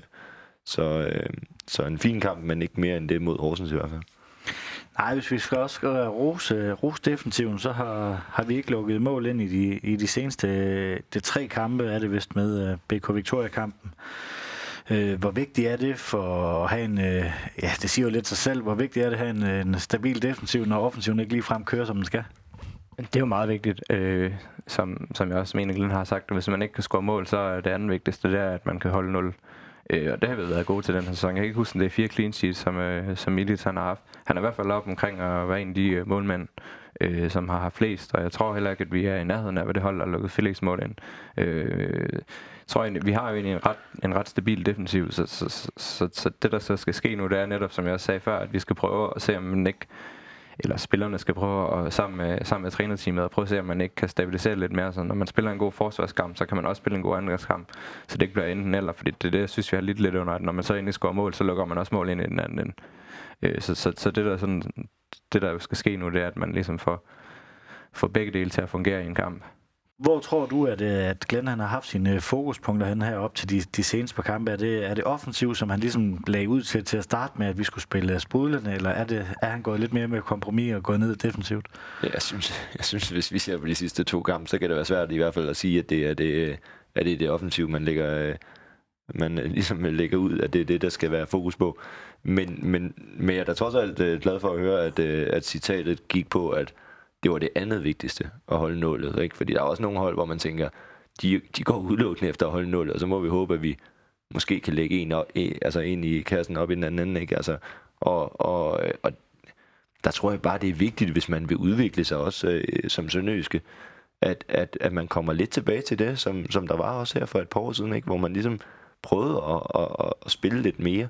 Så en fin kamp, men ikke mere end det mod Horsens i hvert fald. Nej, hvis vi skal også rose defensiven, så har vi ikke lukket mål ind i de seneste 3 kampe, er det vist med BK Victoria-kampen. Hvor vigtigt er det for at have en, det siger jo lidt sig selv, hvor vigtigt er det at have en stabil defensiv, når offensiven ikke ligefrem kører, som den skal? Det er jo meget vigtigt, som jeg også mener, Glenn har sagt, at hvis man ikke kan score mål, så er det andet vigtigste, det er, at man kan holde 0. Og det har vi været gode til den her sæson. Jeg kan ikke huske, at det er 4 clean sheets, som Milic han har haft. Han er i hvert fald op omkring at være en af de målmænd, som har haft flest, og jeg tror heller ikke, at vi er i nærheden af, hvad det hold, der har lukket Felix mål ind. Tror jeg, vi har jo egentlig en ret stabil defensiv, så det der så skal ske nu, det er netop, som jeg også sagde før, at vi skal prøve at se, om man ikke, eller spillerne skal prøve at, sammen med trænerteamet at prøve at se, om man ikke kan stabilisere lidt mere. Så når man spiller en god forsvarskamp, så kan man også spille en god angrebskamp, så det ikke bliver enten eller, fordi det er det, jeg synes, vi har lidt under, at når man så endelig scorer mål, så lukker man også mål ind i den anden. Så det der skal ske nu, det er, at man ligesom får begge dele til at fungere i en kamp. Hvor tror du, at Glenn han har haft sine fokuspunkter her op til de seneste par kampe? Er det offensivt, som han ligesom lagde ud til at starte med, at vi skulle spille sprudlende, eller er han gået lidt mere med kompromis og gået ned defensivt? Ja, jeg synes, hvis vi ser på de sidste 2 kampe, så kan det være svært i hvert fald at sige, at det er det offensive, man ligesom lægger ud, at det er det, der skal være fokus på. Men jeg er da trods alt glad for at høre, at citatet gik på, at det var det andet vigtigste, at holde nullet, ikke? Fordi der er også nogle hold, hvor man tænker, de går udelukkende efter at holde nullet, og så må vi håbe, at vi måske kan lægge en i kassen op i den anden, ikke? Altså, og der tror jeg bare, det er vigtigt, hvis man vil udvikle sig også som sønderjyske, at man kommer lidt tilbage til det, som der var også her for et par år siden, ikke? Hvor man ligesom prøvede at spille lidt mere.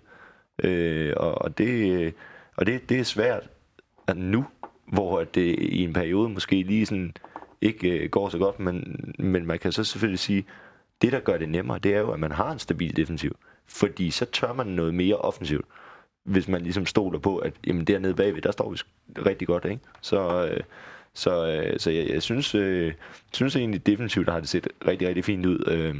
Og det er svært at nu, hvor det i en periode måske lige sådan ikke går så godt, men man kan så selvfølgelig sige, det der gør det nemmere, det er jo, at man har en stabil defensiv, fordi så tør man noget mere offensivt, hvis man ligesom stoler på, at jamen, dernede bagved, der står vi rigtig godt, ikke? Så jeg synes egentlig defensivt, der har det set rigtig, rigtig fint ud,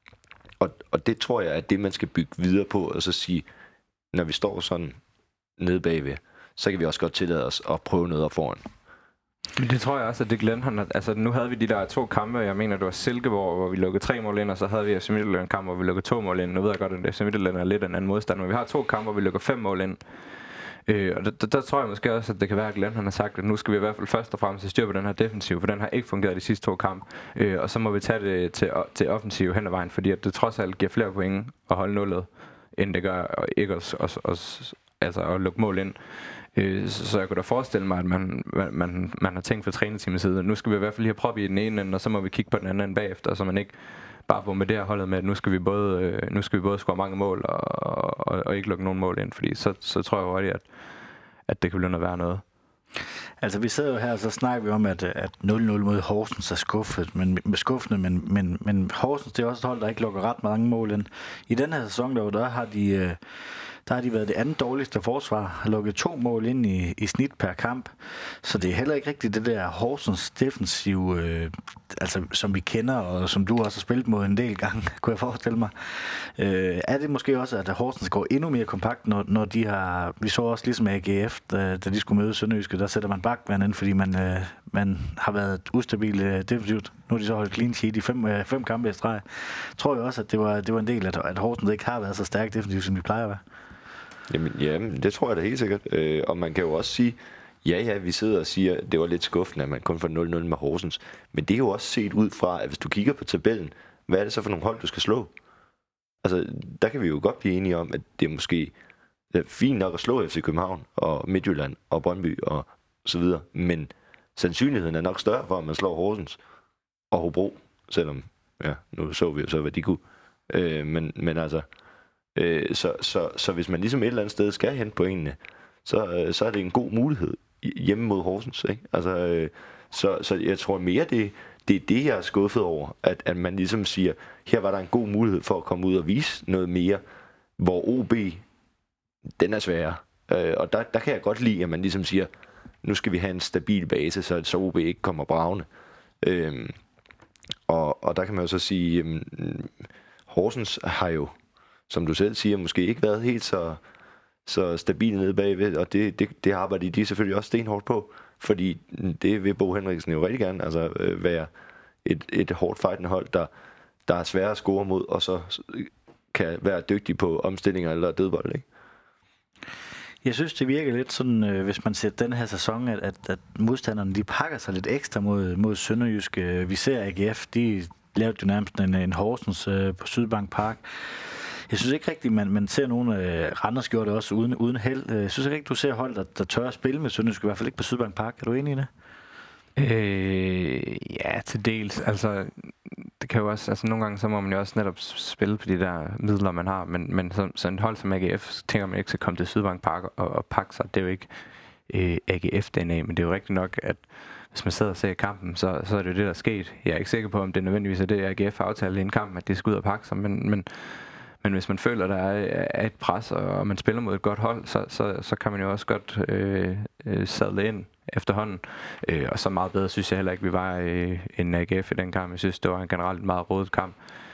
og det tror jeg, at det man skal bygge videre på, og så sige, når vi står sådan nede bagved, så kan vi også godt tillade os at prøve noget op foran. Men det tror jeg også, at det Glenn han... Altså, nu havde vi de der 2 kampe, jeg mener, det var Silkeborg, hvor vi lukkede 3 mål ind, og så havde vi FC Midtjylland kamp, hvor vi lukkede 2 mål ind. Nu ved jeg godt, at FC Midtjylland er lidt en anden modstand, men vi har 2 kampe, hvor vi lukker 5 mål ind. Og der tror jeg måske også, at det kan være, at Glenn han har sagt, at nu skal vi i hvert fald først og fremmest styr på den her defensiv, for den har ikke fungeret de sidste 2 kampe. Og så må vi tage det til offensiv hen ad vejen, fordi at det trods alt giver flere point at holde nullet, end det gør og ikke at lukke mål ind. Så jeg kunne da forestille mig, at man har tænkt for trænerteamets side, nu skal vi i hvert fald lige have prop i den ene ende, og så må vi kigge på den anden ende bagefter, så man ikke bare bombarderer holdet med, at nu skal vi både score mange mål og ikke lukke nogen mål ind, fordi så tror jeg hurtigt, at det kan blive noget værre noget. Altså vi sidder jo her, og så snakker vi om, at 0-0 mod Horsens er skuffende, men Horsens, det er også et hold, der ikke lukker ret mange mål ind. I den her sæson, der har de været det andet dårligste forsvar, har lukket 2 mål ind i snit per kamp, så det er heller ikke rigtigt det der Horsens defensiv, altså som vi kender, og som du også har spillet mod en del gange, kunne jeg forestille mig. Er det måske også, at Horsens går endnu mere kompakt, når de har, vi så også ligesom AGF, da de skulle møde Sønderjyske, der sætter man bakvand ind, fordi man har været ustabil defensivt. Nu har de så holdt clean sheet i 5 kampe i streg. Tror jeg også, at det var en del, at Horsens ikke har været så stærk defensivt, som de plejer at være. Jamen, det tror jeg da helt sikkert. Og man kan jo også sige, ja, vi sidder og siger, at det var lidt skuffende, at man kun får 0-0 med Horsens. Men det er jo også set ud fra, at hvis du kigger på tabellen, hvad er det så for nogle hold, du skal slå? Altså, der kan vi jo godt blive enige om, at det er måske fint nok at slå FC København og Midtjylland og Brøndby og så videre. Men sandsynligheden er nok større for, at man slår Horsens og Hobro, selvom, ja, nu så vi jo så, hvad de kunne. Men altså... Så hvis man ligesom et eller andet sted skal hente pointene, så er det en god mulighed hjemme mod Horsens, ikke? Altså, så jeg tror mere, det er det, jeg er skuffet over, at man ligesom siger, her var der en god mulighed for at komme ud og vise noget mere, hvor OB, den er sværere. Og der kan jeg godt lide, at man ligesom siger, nu skal vi have en stabil base, så OB ikke kommer bravende. Og der kan man jo så sige, Horsens har jo, som du selv siger, måske ikke været helt så stabil nede bagved, og det arbejder de selvfølgelig også stenhårdt på, fordi det vil Bo Henriksen jo rigtig gerne, altså være et hårdt fightende hold, der er svære at score mod, og så kan være dygtig på omstillinger eller dødbold, ikke? Jeg synes, det virker lidt sådan, hvis man ser den her sæson, at modstanderne, de pakker sig lidt ekstra mod Sønderjysk. Vi ser AGF, de lavede jo nærmest en Horsens på Sydbank Park. Jeg synes ikke rigtigt, man ser nogen, Randers gjorde det også uden held. Jeg synes ikke rigtigt, du ser hold, der tør at spille med Sønderjysk, i hvert fald ikke på Sydbank Park. Er du enig i det? Ja, til dels. Altså, det kan jo også, altså nogle gange så må man jo også netop spille på de der midler, man har, men så en hold som AGF, tænker man ikke skal komme til Sydbank Park og pakke sig. Det er jo ikke AGF-DNA, men det er jo rigtigt nok, at hvis man sidder og ser kampen, så er det jo det, der er sket. Jeg er ikke sikker på, om det nødvendigvis er det, AGF har aftalt i en kamp, at de skal ud og pakke sig, men hvis man føler, der er et pres, og man spiller mod et godt hold, så kan man jo også godt sadle ind efterhånden. Og så meget bedre synes jeg heller ikke, vi var en AGF i den kamp. Jeg synes, det var en generelt meget rodet kamp.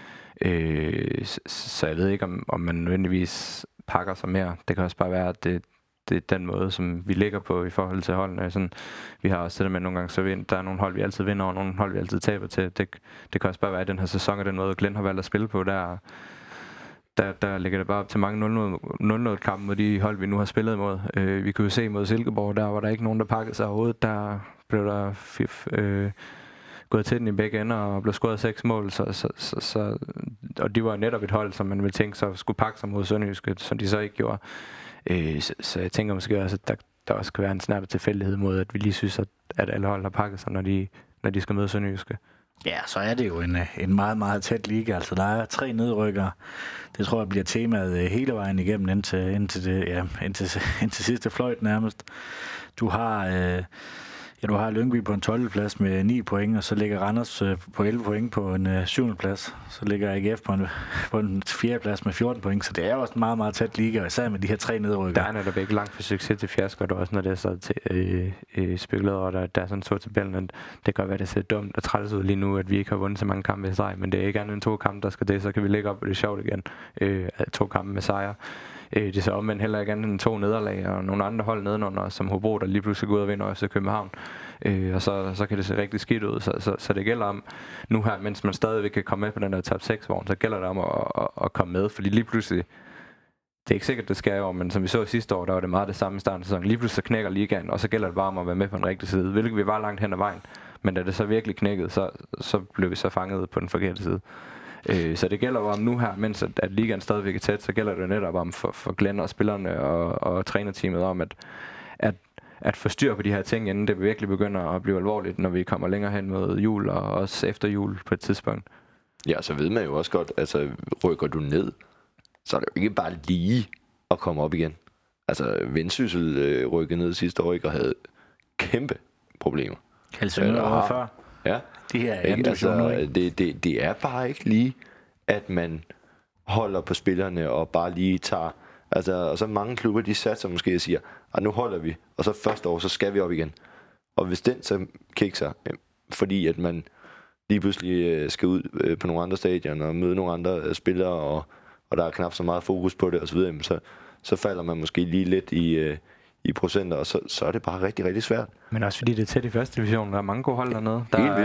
Så jeg ved ikke, om man nødvendigvis pakker sig mere. Det kan også bare være, at det er den måde, som vi ligger på i forhold til holdene. Sådan, vi har også det med nogle gange, så der er nogle hold, vi altid vinder, og nogle hold, vi altid taber til. Det kan også bare være, at den her sæson og den måde, Glenn har valgt at spille på, der ligger det bare op til mange 0-0-kampe mod de hold, vi nu har spillet imod. Vi kunne jo se mod Silkeborg, der var der ikke nogen, der pakkede sig overhovedet. Der blev der gået til den i begge ender og blev scoret 6 mål. Og de var netop et hold, som man ville tænke sig skulle pakke sig mod Sønderjyske, som de så ikke gjorde. Så jeg tænker måske også, at der også kan være en snart tilfældighed mod, at vi lige synes, at alle hold har pakket sig, når de skal møde Sønderjyske. Ja, så er det jo en meget, meget tæt liga. Altså, der er 3 nedrykkere. Det tror jeg bliver temaet hele vejen igennem indtil sidste fløjt nærmest. Du har Lyngby på en 12. plads med 9 point, og så ligger Randers på 11 point på en 7. plads. Så ligger AGF på en 4. plads med 14 point, så det er jo også en meget, meget tæt liga, og især med de her 3 nedrykkere. Der er netop ikke langt for succes til fiasko, og det er også, når det er så spekuleret, og der er sådan så tabellen, at det kan være, det ser dumt og træls ud lige nu, at vi ikke har vundet så mange kampe i streg, men det er ikke andet end 2 kampe, der skal det, så kan vi lægge op, og det er sjovt igen. 2 kampe med sejre. Det er så omvendt heller ikke andet end 2 nederlag og nogle andre hold nedenunder, som Hobro, der lige pludselig går ud og vinder også i København. Og så kan det se rigtig skidt ud. Så det gælder om, nu her, mens man stadigvæk kan komme med på den der top 6-vogn, så gælder det om at komme med, fordi lige pludselig, det er ikke sikkert, det sker i år, men som vi så sidste år, der var det meget det samme i starten af sæsonen. Lige pludselig så knækker ligaen, og så gælder det bare om at være med på den rigtige side, hvilket vi var langt hen ad vejen. Men da det så virkelig knækkede, så blev vi så fanget på den forkerte side. Så det gælder jo om nu her, mens at ligaen stadigvæk er tæt, så gælder det netop om for Glenn og spillerne og trænerteamet om, at få styr på de her ting, inden det virkelig begynder at blive alvorligt, når vi kommer længere hen mod jul, og også efter jul på et tidspunkt. Ja, så ved man jo også godt, altså rykker du ned, så er det jo ikke bare lige at komme op igen. Altså Vendsyssel rykkede ned sidste år, ikke, og havde kæmpe problemer. Helsingør før. Ja. De her altså, det er bare ikke lige, at man holder på spillerne og bare lige tager. Altså, og så mange klubber, de satser måske og siger, nu holder vi, og så første år, så skal vi op igen. Og hvis den så kikser, fordi at man lige pludselig skal ud på nogle andre stadioner og møde nogle andre spillere, og der er knap så meget fokus på det osv., så falder man måske lige lidt i procenter, og så er det bare rigtig, rigtig svært. Men også fordi det er tæt i første division, der er mange gode hold dernede.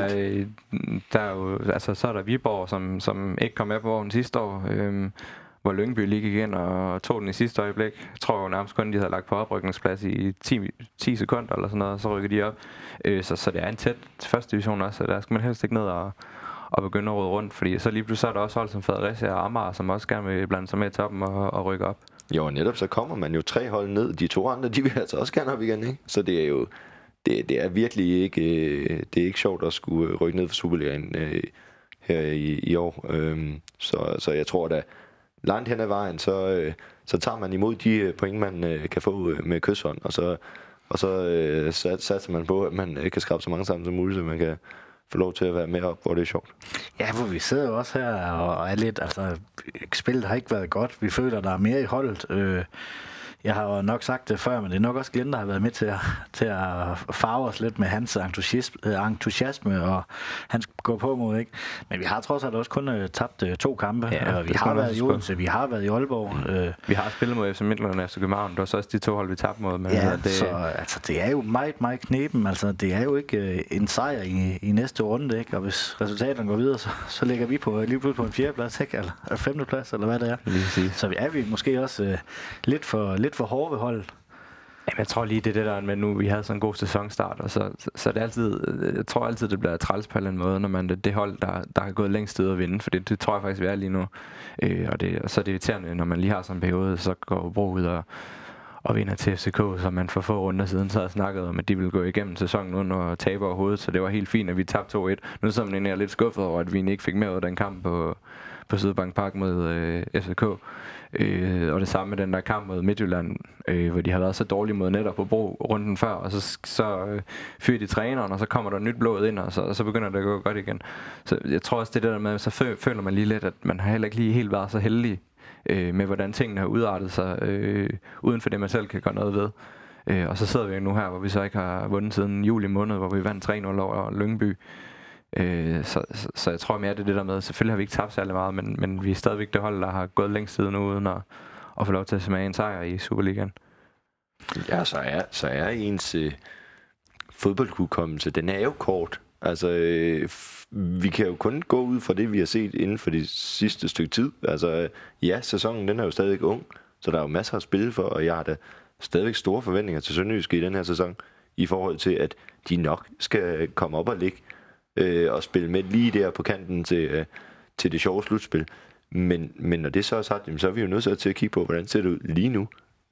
Der er jo, altså så er der Viborg, som ikke kom med på vognen sidste år, hvor Lyngby lige gik ind og tog den i sidste øjeblik. Jeg tror jo nærmest kun, de havde lagt på oprykningsplads i 10 sekunder eller sådan noget, og så rykker de op. Så det er en tæt første division også, så der skal man helst ikke ned og begynde at rode rundt, fordi så lige pludselig er der også hold som Fredericia og Amager, som også gerne vil blande sig med i toppen og rykke op. Jo, netop så kommer man jo 3 hold ned. De 2 andre, de vil altså også gerne op igen, ikke? Så det er jo det er virkelig ikke det er ikke sjovt at skulle rykke ned for Superligaen her i år. Så jeg tror da langt hen ad vejen, så tager man imod de point, man kan få med kyshånd, og så satser man på, at man kan skrabe så mange sammen som muligt, så man kan få lov til at være med op, hvor det er sjovt. Ja, for vi sidder jo også her og er lidt, altså spillet har ikke været godt. Vi føler, der er mere i holdet. Jeg har jo nok sagt det før, men det er nok også Glenn, der har været med til at farve os lidt med hans entusiasme, og han går på mod, ikke? Men vi har trods alt også kun tabt 2 kampe. Ja, vi har været i Odense, vi har været i Aalborg. Vi har spillet mod FC Midtjylland og FC København. Det var så også de 2 hold, vi tabte mod. Men ja, så altså, det er jo meget, meget knepen. Altså, det er jo ikke en sejr i næste runde, ikke? Og hvis resultaterne går videre, så ligger vi lige pludselig på en 4. plads, ikke? Eller 5. plads, eller hvad det er. Så er vi måske også lidt for hårde ved holdet. Jamen, jeg tror lige, det er det der med nu, vi havde sådan en god sæsonstart, og så det altid, jeg tror altid, det bliver træls på en måde, når man det hold, der har gået længst ud at vinde, for det tror jeg faktisk, vi er lige nu. Og så er det irriterende, når man lige har sådan en periode, så går Bro ud og vinder til FCK, som man for få runder siden så havde snakket om, at de ville gå igennem sæsonen uden at tabe overhovedet, så det var helt fint, at vi tabte 2-1. Nu så man lidt skuffet over, at vi ikke fik med ud af den kamp på Sydbank Park mod FCK. Og det samme med den der kamp mod Midtjylland, hvor de har været så dårlige mod netop på Bro runden før, og så fyrer de træneren, og så kommer der nyt blod ind, og så begynder det at gå godt igen. Så jeg tror også, det der med, så føler man lige lidt, at man har heller ikke lige helt været så heldig med, hvordan tingene har udartet sig, uden for det, man selv kan gøre noget ved. Og så sidder vi nu her, hvor vi så ikke har vundet siden juli måned, hvor vi vandt 3-0 over Lyngby. Så jeg tror mere, det er det der med, selvfølgelig har vi ikke tabt særlig meget, men vi er stadigvæk det hold, der har gået længst siden uden at få lov til at smage en sejr i Superligaen. Ja, så er ens fodboldhukommelse, den er jo kort. Altså, vi kan jo kun gå ud fra det, vi har set inden for det sidste stykke tid. Altså, ja, sæsonen, den er jo stadig ung, så der er jo masser at spille for, og jeg har da stadigvæk store forventninger til Sønderjyske i den her sæson, i forhold til, at de nok skal komme op og ligge og spille med lige der på kanten til det sjove slutspil. Men når det så er sagt, så er vi jo nødt til at kigge på, hvordan det ser ud lige nu.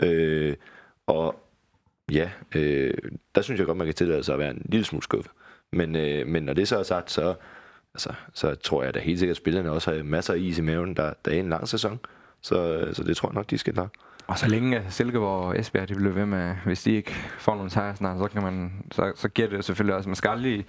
Og ja, der synes jeg godt, man kan tillade sig at være en lille smule skuffet. Men når det så er sagt, så tror jeg da helt sikkert, at spillerne også har masser af is i maven. Der er en lang sæson, så det tror jeg nok, de skal klare. Og så længe Silkeborg og Esbjerg, de bliver ved med, hvis de ikke får nogle sejre snart, så kan man, så giver det selvfølgelig også, man skal aldrig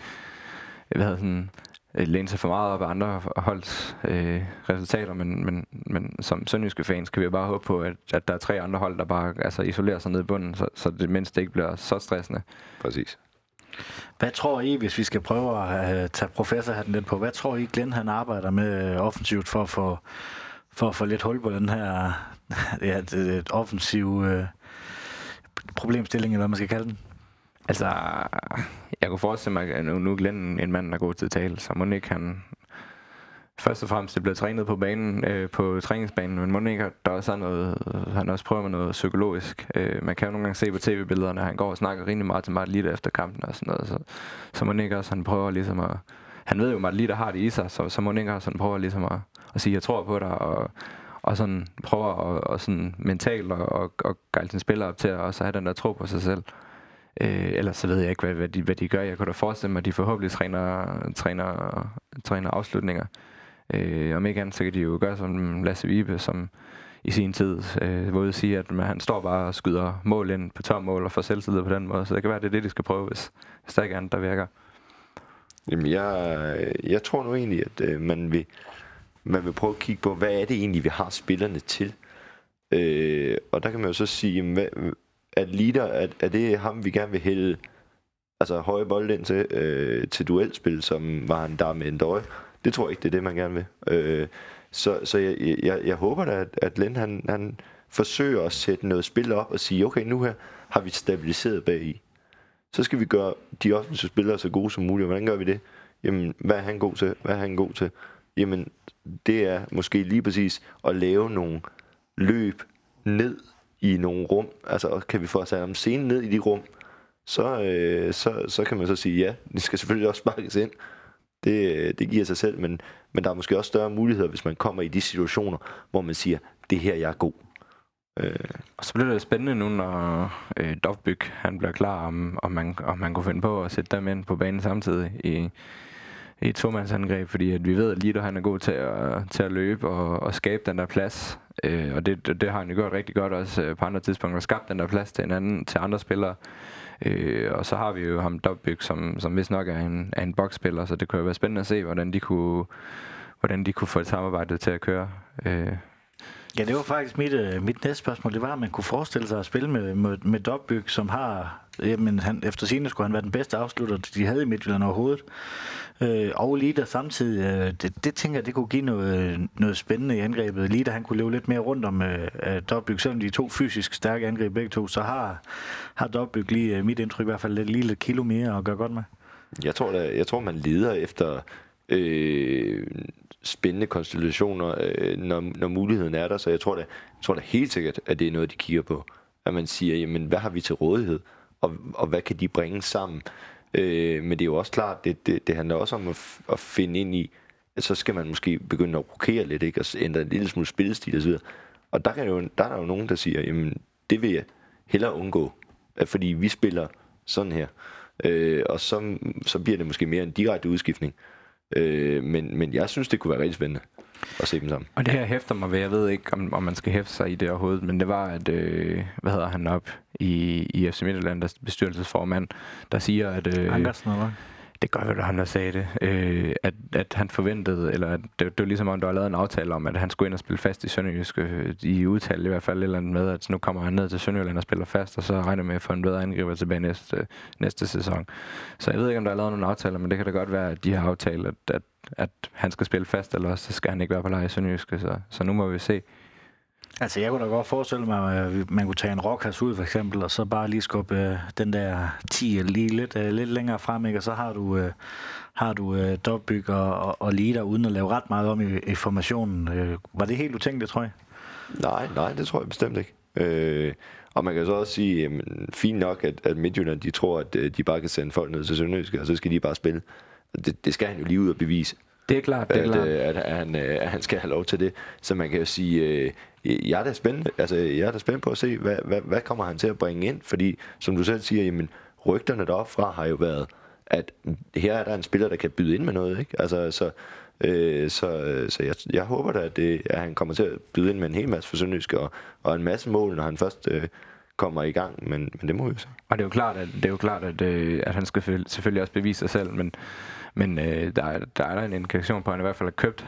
læne sig for meget op af andre holds resultater, men som sønderjyske fans kan vi bare håbe på, at der er 3 andre hold, der bare isolerer sig ned i bunden, så det mindste ikke bliver så stressende. Præcis. Hvad tror I, hvis vi skal prøve at tage professorhatten lidt på, hvad tror I, Glenn han arbejder med offensivt for at få lidt hul på den her offensiv problemstilling, eller hvad man skal kalde den? Altså, jeg kunne forestille mig, at nu Glenn en mand, der er god til at tale, så må ikke han først og fremmest det bliver trænet på banen, på træningsbanen, men må ikke, der også er noget, han også prøver med noget psykologisk. Man kan jo nogle gange se på tv-billederne, han går og snakker rimelig meget til Martin efter kampen og sådan noget, så må ikke også, han prøver ligesom at, han ved jo, at Martin har det i sig, så må ikke også, han prøver ligesom at sige, jeg tror på dig, og sådan prøver at sådan mentalt og gejle sin spiller op til at også have den der tro på sig selv. Ellers så ved jeg ikke, hvad de gør. Jeg kunne da forestille mig, at de forhåbentlig træner afslutninger. Om ikke andet, så kan de jo gøre som Lasse Vibe, som i sin tid vågede sige, at han står bare og skyder mål ind på tom mål og får selvtillid på den måde. Så det kan være, det er det, de skal prøve, hvis der ikke er andet, der virker. Jamen, jeg tror nu egentlig, at man vil prøve at kigge på, hvad er det egentlig, vi har spillerne til. Og der kan man jo så sige, at Lider, er det ham, vi gerne vil hælde altså høje bolde ind til duelspil, som var han der med en døje. Det tror jeg ikke, det er det, man gerne vil. Så jeg håber da, at Len han forsøger at sætte noget spil op og sige, okay, nu her har vi stabiliseret bag i. Så skal vi gøre de offensive spillere så gode som muligt. Hvordan gør vi det? Jamen, hvad er han god til? Jamen, det er måske lige præcis at lave nogle løb ned i nogle rum. Altså, kan vi få sat ham scenen ned i de rum, så kan man så sige, ja, det skal selvfølgelig også sparkes ind. Det giver sig selv, men der er måske også større muligheder, hvis man kommer i de situationer, hvor man siger, det her, jeg er god. Og så bliver det spændende nu, når Dovbyk, han bliver klar, om man kunne finde på at sætte dem ind på banen samtidig i et tomandsangreb, fordi at vi ved, at Lido han er god til at løbe og skabe den der plads. Og det har han jo gjort rigtig godt også på andre tidspunkter, skabt den der plads til andre spillere. Og så har vi jo ham Dovbyk, som vist nok er en boksspiller, så det kunne jo være spændende at se, hvordan de kunne få et samarbejde til at køre. Ja, det var faktisk mit næste spørgsmål. Det var, at man kunne forestille sig at spille med Dovbyk, som har... Jamen, efter sigende skulle han være den bedste afslutter, de havde i Midtjylland overhovedet. Og Lider samtidig, det tænker jeg, det kunne give noget spændende i angrebet. Lider, han kunne løbe lidt mere rundt om Dovbyk, selvom de er to fysisk stærke angreb begge to, så har Dovbyk lige, mit indtryk i hvert fald, lidt kilo mere at gøre godt med. Jeg tror man leder efter spændende konstellationer, når muligheden er der, så jeg tror da helt sikkert, at det er noget, de kigger på. At man siger, jamen, hvad har vi til rådighed? Og hvad kan de bringe sammen? Men det er jo også klart, det handler også om at finde ind i, at så skal man måske begynde at rokere lidt, ikke? Og ændre en lille smule spillestil og så videre. Og der er jo nogen, der siger, jamen, det vil jeg hellere undgå, fordi vi spiller sådan her. Og så bliver det måske mere en direkte udskiftning. Men jeg synes, det kunne være rigtig spændende at se dem sammen. Og det her hæfter mig ved, jeg ved ikke, om man skal hæfte sig i det overhovedet, men det var, at, hvad hedder han op i FC Midtjylland, der bestyrelsesformand, der siger, at... Ankersen, eller? Det gør jo, han der sagde det, at han forventede, eller at det var ligesom om, der var lavet en aftale om, at han skulle ind og spille fast i Sønderjysk. I udtale i hvert fald et eller andet med, at nu kommer han ned til Sønderjylland og spiller fast, og så regner med at få en bedre angriber tilbage næste sæson. Så jeg ved ikke, om der er lavet nogle aftaler, men det kan da godt være, at de har aftalt, at han skal spille fast, eller også så skal han ikke være på leje i Sønderjysk. Så nu må vi se. Altså, jeg kunne da godt forestille mig, at man kunne tage en Rokas ud, for eksempel, og så bare lige skubbe den der 10 lige lidt længere frem, ikke? Og så har du Dovbyk og Lider, uden at lave ret meget om i formationen. Var det helt utænkeligt, tror jeg? Nej, det tror jeg bestemt ikke. Og man kan så også sige, jamen, fint nok, at Midtjylland, de tror, at de bare kan sende folk ned til Sønderjysk, og så skal de bare spille. Det skal han jo lige ud og bevise. Det er klart, at han skal have lov til det. Så man kan jo sige, jeg er da spændt på at se, hvad kommer han til at bringe ind. Fordi, som du selv siger, jamen, rygterne deroppe fra har jo været, at her er der en spiller, der kan byde ind med noget, ikke? Altså, så jeg håber da, at han kommer til at byde ind med en hel masse for Sønderjysk og en masse mål, når han først kommer i gang. Men det må vi jo se. Og det er jo klart, at han skal selvfølgelig også bevise sig selv, men der er en indikation på, at han i hvert fald er købt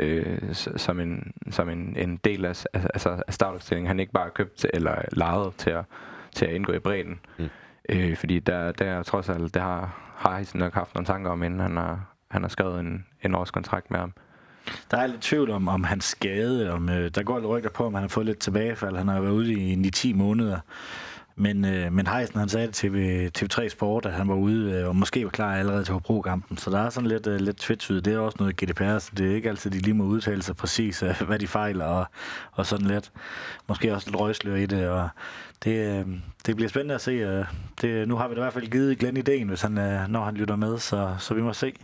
som en del af startopstillingen. Han ikke bare er købt eller lejet til at indgå i bredden. Fordi der trods alt, det har Heisen nok haft nogle tanker om, inden han har skrevet en årskontrakt med ham. Der er lidt tvivl om hans skade. Der går lidt rygter på, om han har fået lidt tilbagefald. Han har været ude i 9-10 måneder. Men Heisen, han sagde det til TV3 Sport, at han var ude og måske var klar allerede til Hobro-kampen. Så der er sådan lidt tvetydigt. Det er også noget GDPR, så det er ikke altid, de lige må udtale sig præcis, hvad de fejler og sådan lidt. Måske også lidt røgslør i det. Og det bliver spændende at se. Nu har vi da i hvert fald givet Glenn ideen, hvis når han lytter med, så vi må se.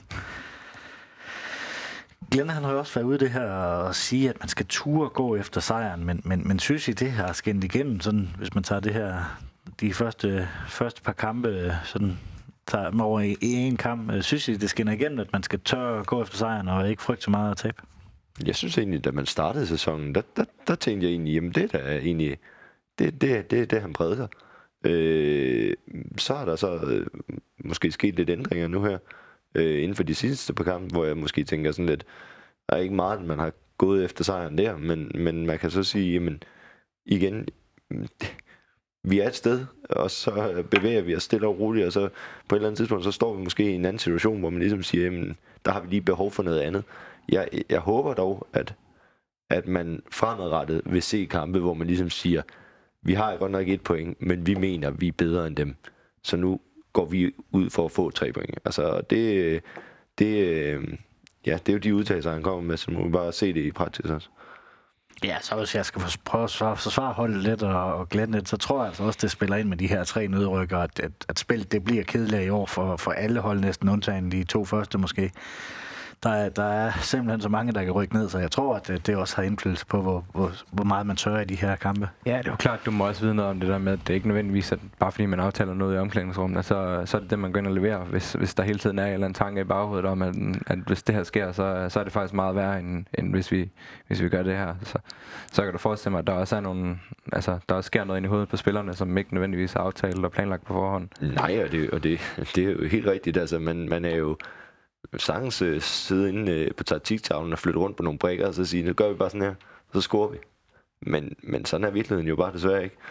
Glenn, han har jo også været ude det her og sige, at man skal ture gå efter sejren, men synes I, det har skændt igennem, sådan, hvis man tager det her, de første par kampe, sådan, tager dem over i en kamp, synes I, det skinner igennem, at man skal tør gå efter sejren og ikke frygte så meget at tabe? Jeg synes egentlig, da man startede sæsonen, der tænkte jeg egentlig, jamen det er egentlig, det han prædiker. Så er der måske sket lidt ændringer nu her, inden for de sidste par kampe, hvor jeg måske tænker sådan lidt, der er ikke meget, man har gået efter sejren der, men man kan så sige, jamen igen, vi er et sted, og så bevæger vi os stille og roligt, og så på et eller andet tidspunkt, så står vi måske i en anden situation, hvor man ligesom siger, jamen der har vi lige behov for noget andet. Jeg håber dog, at man fremadrettet vil se kampe, hvor man ligesom siger, vi har godt nok 1 point, men vi mener, vi er bedre end dem. Så nu går vi ud for at få 3 point. Altså, det er jo de udtalelser, han kommer med, så må vi bare se det i praksis også. Ja, så hvis jeg skal prøve at forsvare holdet lidt og glemme lidt, så tror jeg altså også, det spiller ind med de her 3 nødrykker, at spillet det bliver kedeligt i år for alle hold, næsten undtagen de 2 første måske. Der er simpelthen så mange, der kan rykke ned, så jeg tror, at det også har indflydelse på, hvor meget man tør i de her kampe. Ja, det er jo klart, du må også vide noget om det der med, at det er ikke nødvendigvis, at bare fordi man aftaler noget i omklædningsrummet, så er det det, man går ind og leverer. Hvis der hele tiden er en eller anden tanke i baghovedet om, at hvis det her sker, så er det faktisk meget værre, end hvis vi gør det her. Så kan du forestille mig, at der også er der også sker noget ind i hovedet på spillerne, som ikke nødvendigvis er aftalt og planlagt på forhånd. Nej, og det er jo helt rigtigt. Altså, man er jo sagtens sidde inde på taktiktavlen og flytte rundt på nogle brikker og så sige, nu gør vi bare sådan her, og så scorer vi. Men sådan er virkeligheden jo bare desværre ikke.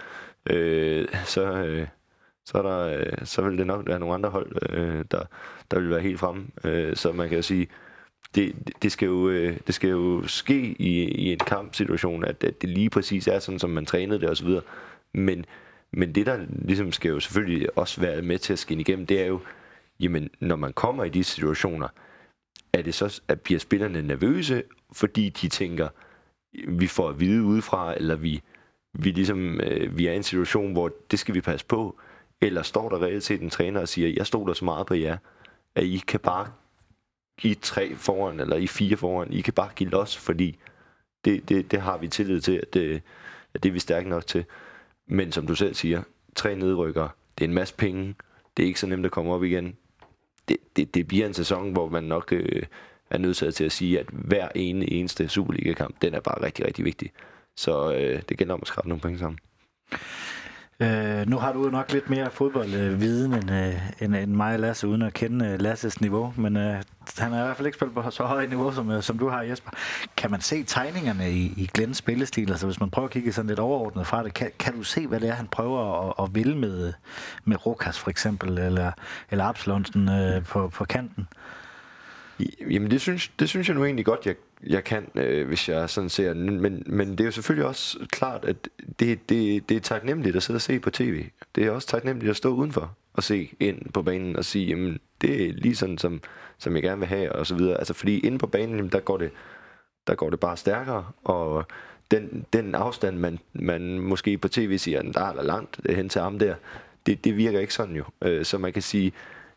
Så vil det nok være nogle andre hold, der vil være helt fremme. Så man kan jo sige, det skal jo ske i en kampsituation, at det lige præcis er sådan, som man trænede det osv. Men det, der ligesom skal jo selvfølgelig også være med til at skinne igennem, det er jo, jamen, når man kommer i de situationer, er det så, at bliver spillerne nervøse, fordi de tænker, vi får at vide udefra, eller vi er i en situation, hvor det skal vi passe på, eller står der reelt set en træner og siger, jeg stoler så meget på jer, at I kan bare give 3 foran, eller I 4 foran, I kan bare give los, fordi det har vi tillid til, at det er vi stærke nok til. Men som du selv siger, 3 nedrykkere, det er en masse penge, det er ikke så nemt at komme op igen. Det bliver en sæson, hvor man nok er nødt til at sige, at hver eneste Superliga-kamp, den er bare rigtig, rigtig vigtig. Så det gælder om at skrabe nogle point sammen. Nu har du nok lidt mere fodboldviden end mig og Lasse, uden at kende Lasses niveau, men han er i hvert fald ikke spillet på så højt niveau, som du har, Jesper. Kan man se tegningerne i Glens spillestil? Altså hvis man prøver at kigge sådan lidt overordnet fra det, kan du se, hvad det er, han prøver at ville med Rokas for eksempel, eller Absalonsen på kanten? Jamen det synes jeg nu egentlig godt, jeg kan, hvis jeg sådan ser. Men det er jo selvfølgelig også klart, at det er taknemmeligt at sidde og se på tv. Det er også taknemmeligt at stå udenfor og se ind på banen og sige, jamen det er lige sådan, som jeg gerne vil have, og så videre. Altså fordi inde på banen, jamen, der går det bare stærkere, og den afstand, man måske på tv siger, der er der langt hen til ham der, det virker ikke sådan jo. Så man kan sige,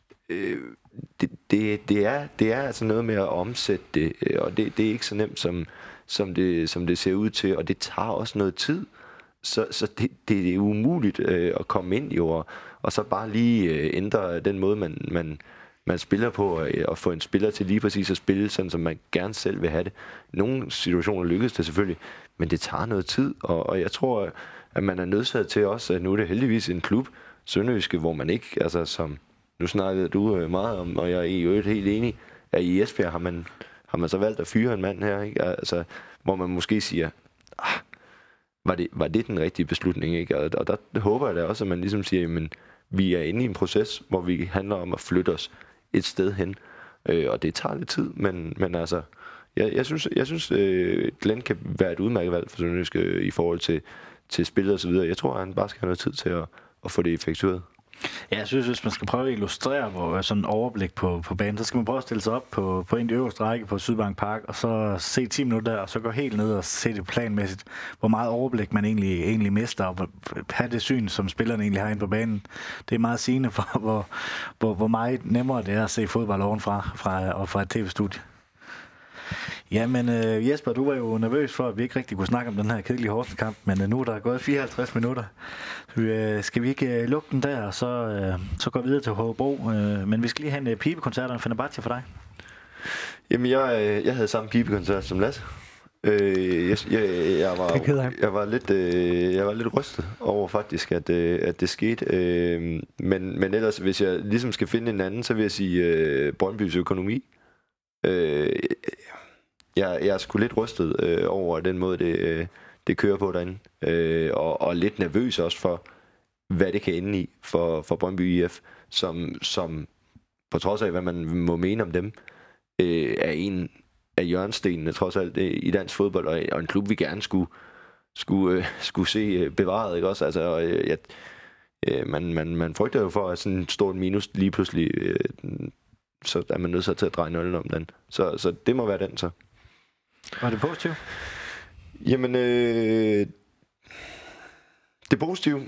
det er altså noget med at omsætte det, og det er ikke så nemt, som det ser ud til, og det tager også noget tid. Så det er umuligt at komme ind i og så bare lige ændre den måde, man spiller på, og få en spiller til lige præcis at spille, sådan som man gerne selv vil have det. Nogle situationer lykkes det selvfølgelig, men det tager noget tid, og jeg tror, at man er nødsaget til også, at nu er det heldigvis en klub, Sønderjyske, hvor man ikke, altså som nu snakkede du meget om, og jeg er i øvrigt helt enig, at i Esbjerg har man så valgt at fyre en mand her, ikke? Altså, hvor man måske siger, var det den rigtige beslutning, ikke? Og der håber jeg da også, at man ligesom siger, men vi er inde i en proces, hvor vi handler om at flytte os et sted hen, og det tager lidt tid, men altså, jeg synes Glenn kan være et udmærket valg for Sønderjyske i forhold til spillet og så videre. Jeg tror, han bare skal have noget tid til at få det effektueret. Ja, jeg synes, hvis man skal prøve at illustrere sådan en overblik på banen, så skal man prøve at stille sig op på en af de øverste række på Sydbank Park, og så se 10 minutter der, og så gå helt ned og se det planmæssigt, hvor meget overblik man egentlig mister, og have det syn, som spillerne egentlig har inde på banen. Det er meget sigende for, hvor meget nemmere det er at se fodbold ovenfra fra et tv-studie. Jamen Jesper, du var jo nervøs for, at vi ikke rigtig kunne snakke om den her kedelige Horsens-kamp, men nu er der gået 54 minutter. Skal vi ikke lukke den der, og så gå videre til Hobro? Men vi skal lige have en pibekoncert og en Fenerbahce for dig. Jamen, jeg havde samme pibekoncert som Lasse. Jeg var lidt rystet over faktisk, at det skete. Men ellers, hvis jeg ligesom skal finde en anden, så vil jeg sige Brøndbys økonomi. Jeg er sgu lidt rystet over den måde, det kører på derinde. Og lidt nervøs også for, hvad det kan ende i for Brøndby IF, som på trods af, hvad man må mene om dem, er en af hjørnestenene trods alt i dansk fodbold, og en klub, vi gerne skulle se bevaret, ikke også? Altså, man frygter jo for, at sådan et stort minus lige pludselig, så er man nødt til at dreje nøglen om den. Så det må være den, så. Var det positivt? Jamen, det er positivt.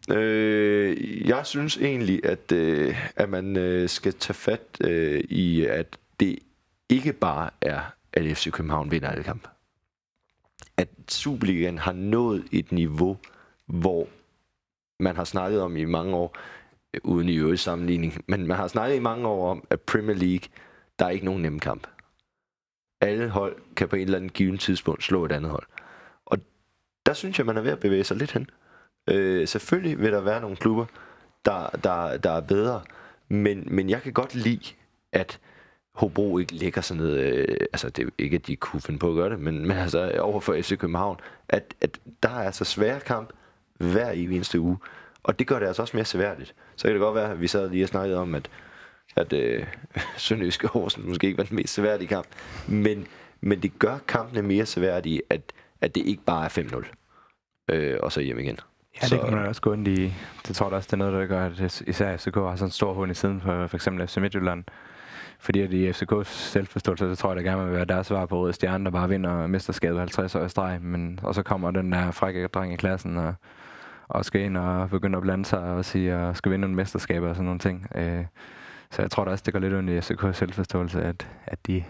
Jeg synes egentlig, at man skal tage fat i, at det ikke bare er, at FC København vinder alle kampe. At Superligaen har nået et niveau, hvor man har snakket om i mange år, uden i øvrigt sammenligning, men man har snakket i mange år om, at Premier League, der er ikke nogen nemme kamp. Alle hold kan på en eller anden given tidspunkt slå et andet hold. Og der synes jeg, man er ved at bevæge sig lidt hen. Selvfølgelig vil der være nogle klubber, der er bedre, men jeg kan godt lide, at Hobro ikke ligger sådan ned, altså det er ikke, at de kunne finde på at gøre det, men altså over for FC København, at der er altså svære kamp hver eneste uge, og det gør det altså også mere seværdigt. Så kan det godt være, at vi sad lige og snakkede om, at Sønderjysk og Horsens måske ikke var den mest seværdige kamp, men det gør kampene mere seværdige, at det ikke bare er 5-0, og så hjem igen. Ja, det kan man også gå ind i. Det tror jeg også, det er noget, der gør, at især FCK har sådan en stor hund i siden for eksempel FC Midtjylland. Fordi at i FCK's selvforståelse, så tror jeg, der gerne vil være deres svar på Røde Stjerne, der bare vinder mesterskabet 50 år i streg. Og så kommer den der frække dreng i klassen og skal ind og begynde at blande sig og sige, at skal vinde en mesterskab og sådan nogle ting. Så jeg tror da også, det går lidt under i FCK's selvforståelse, at de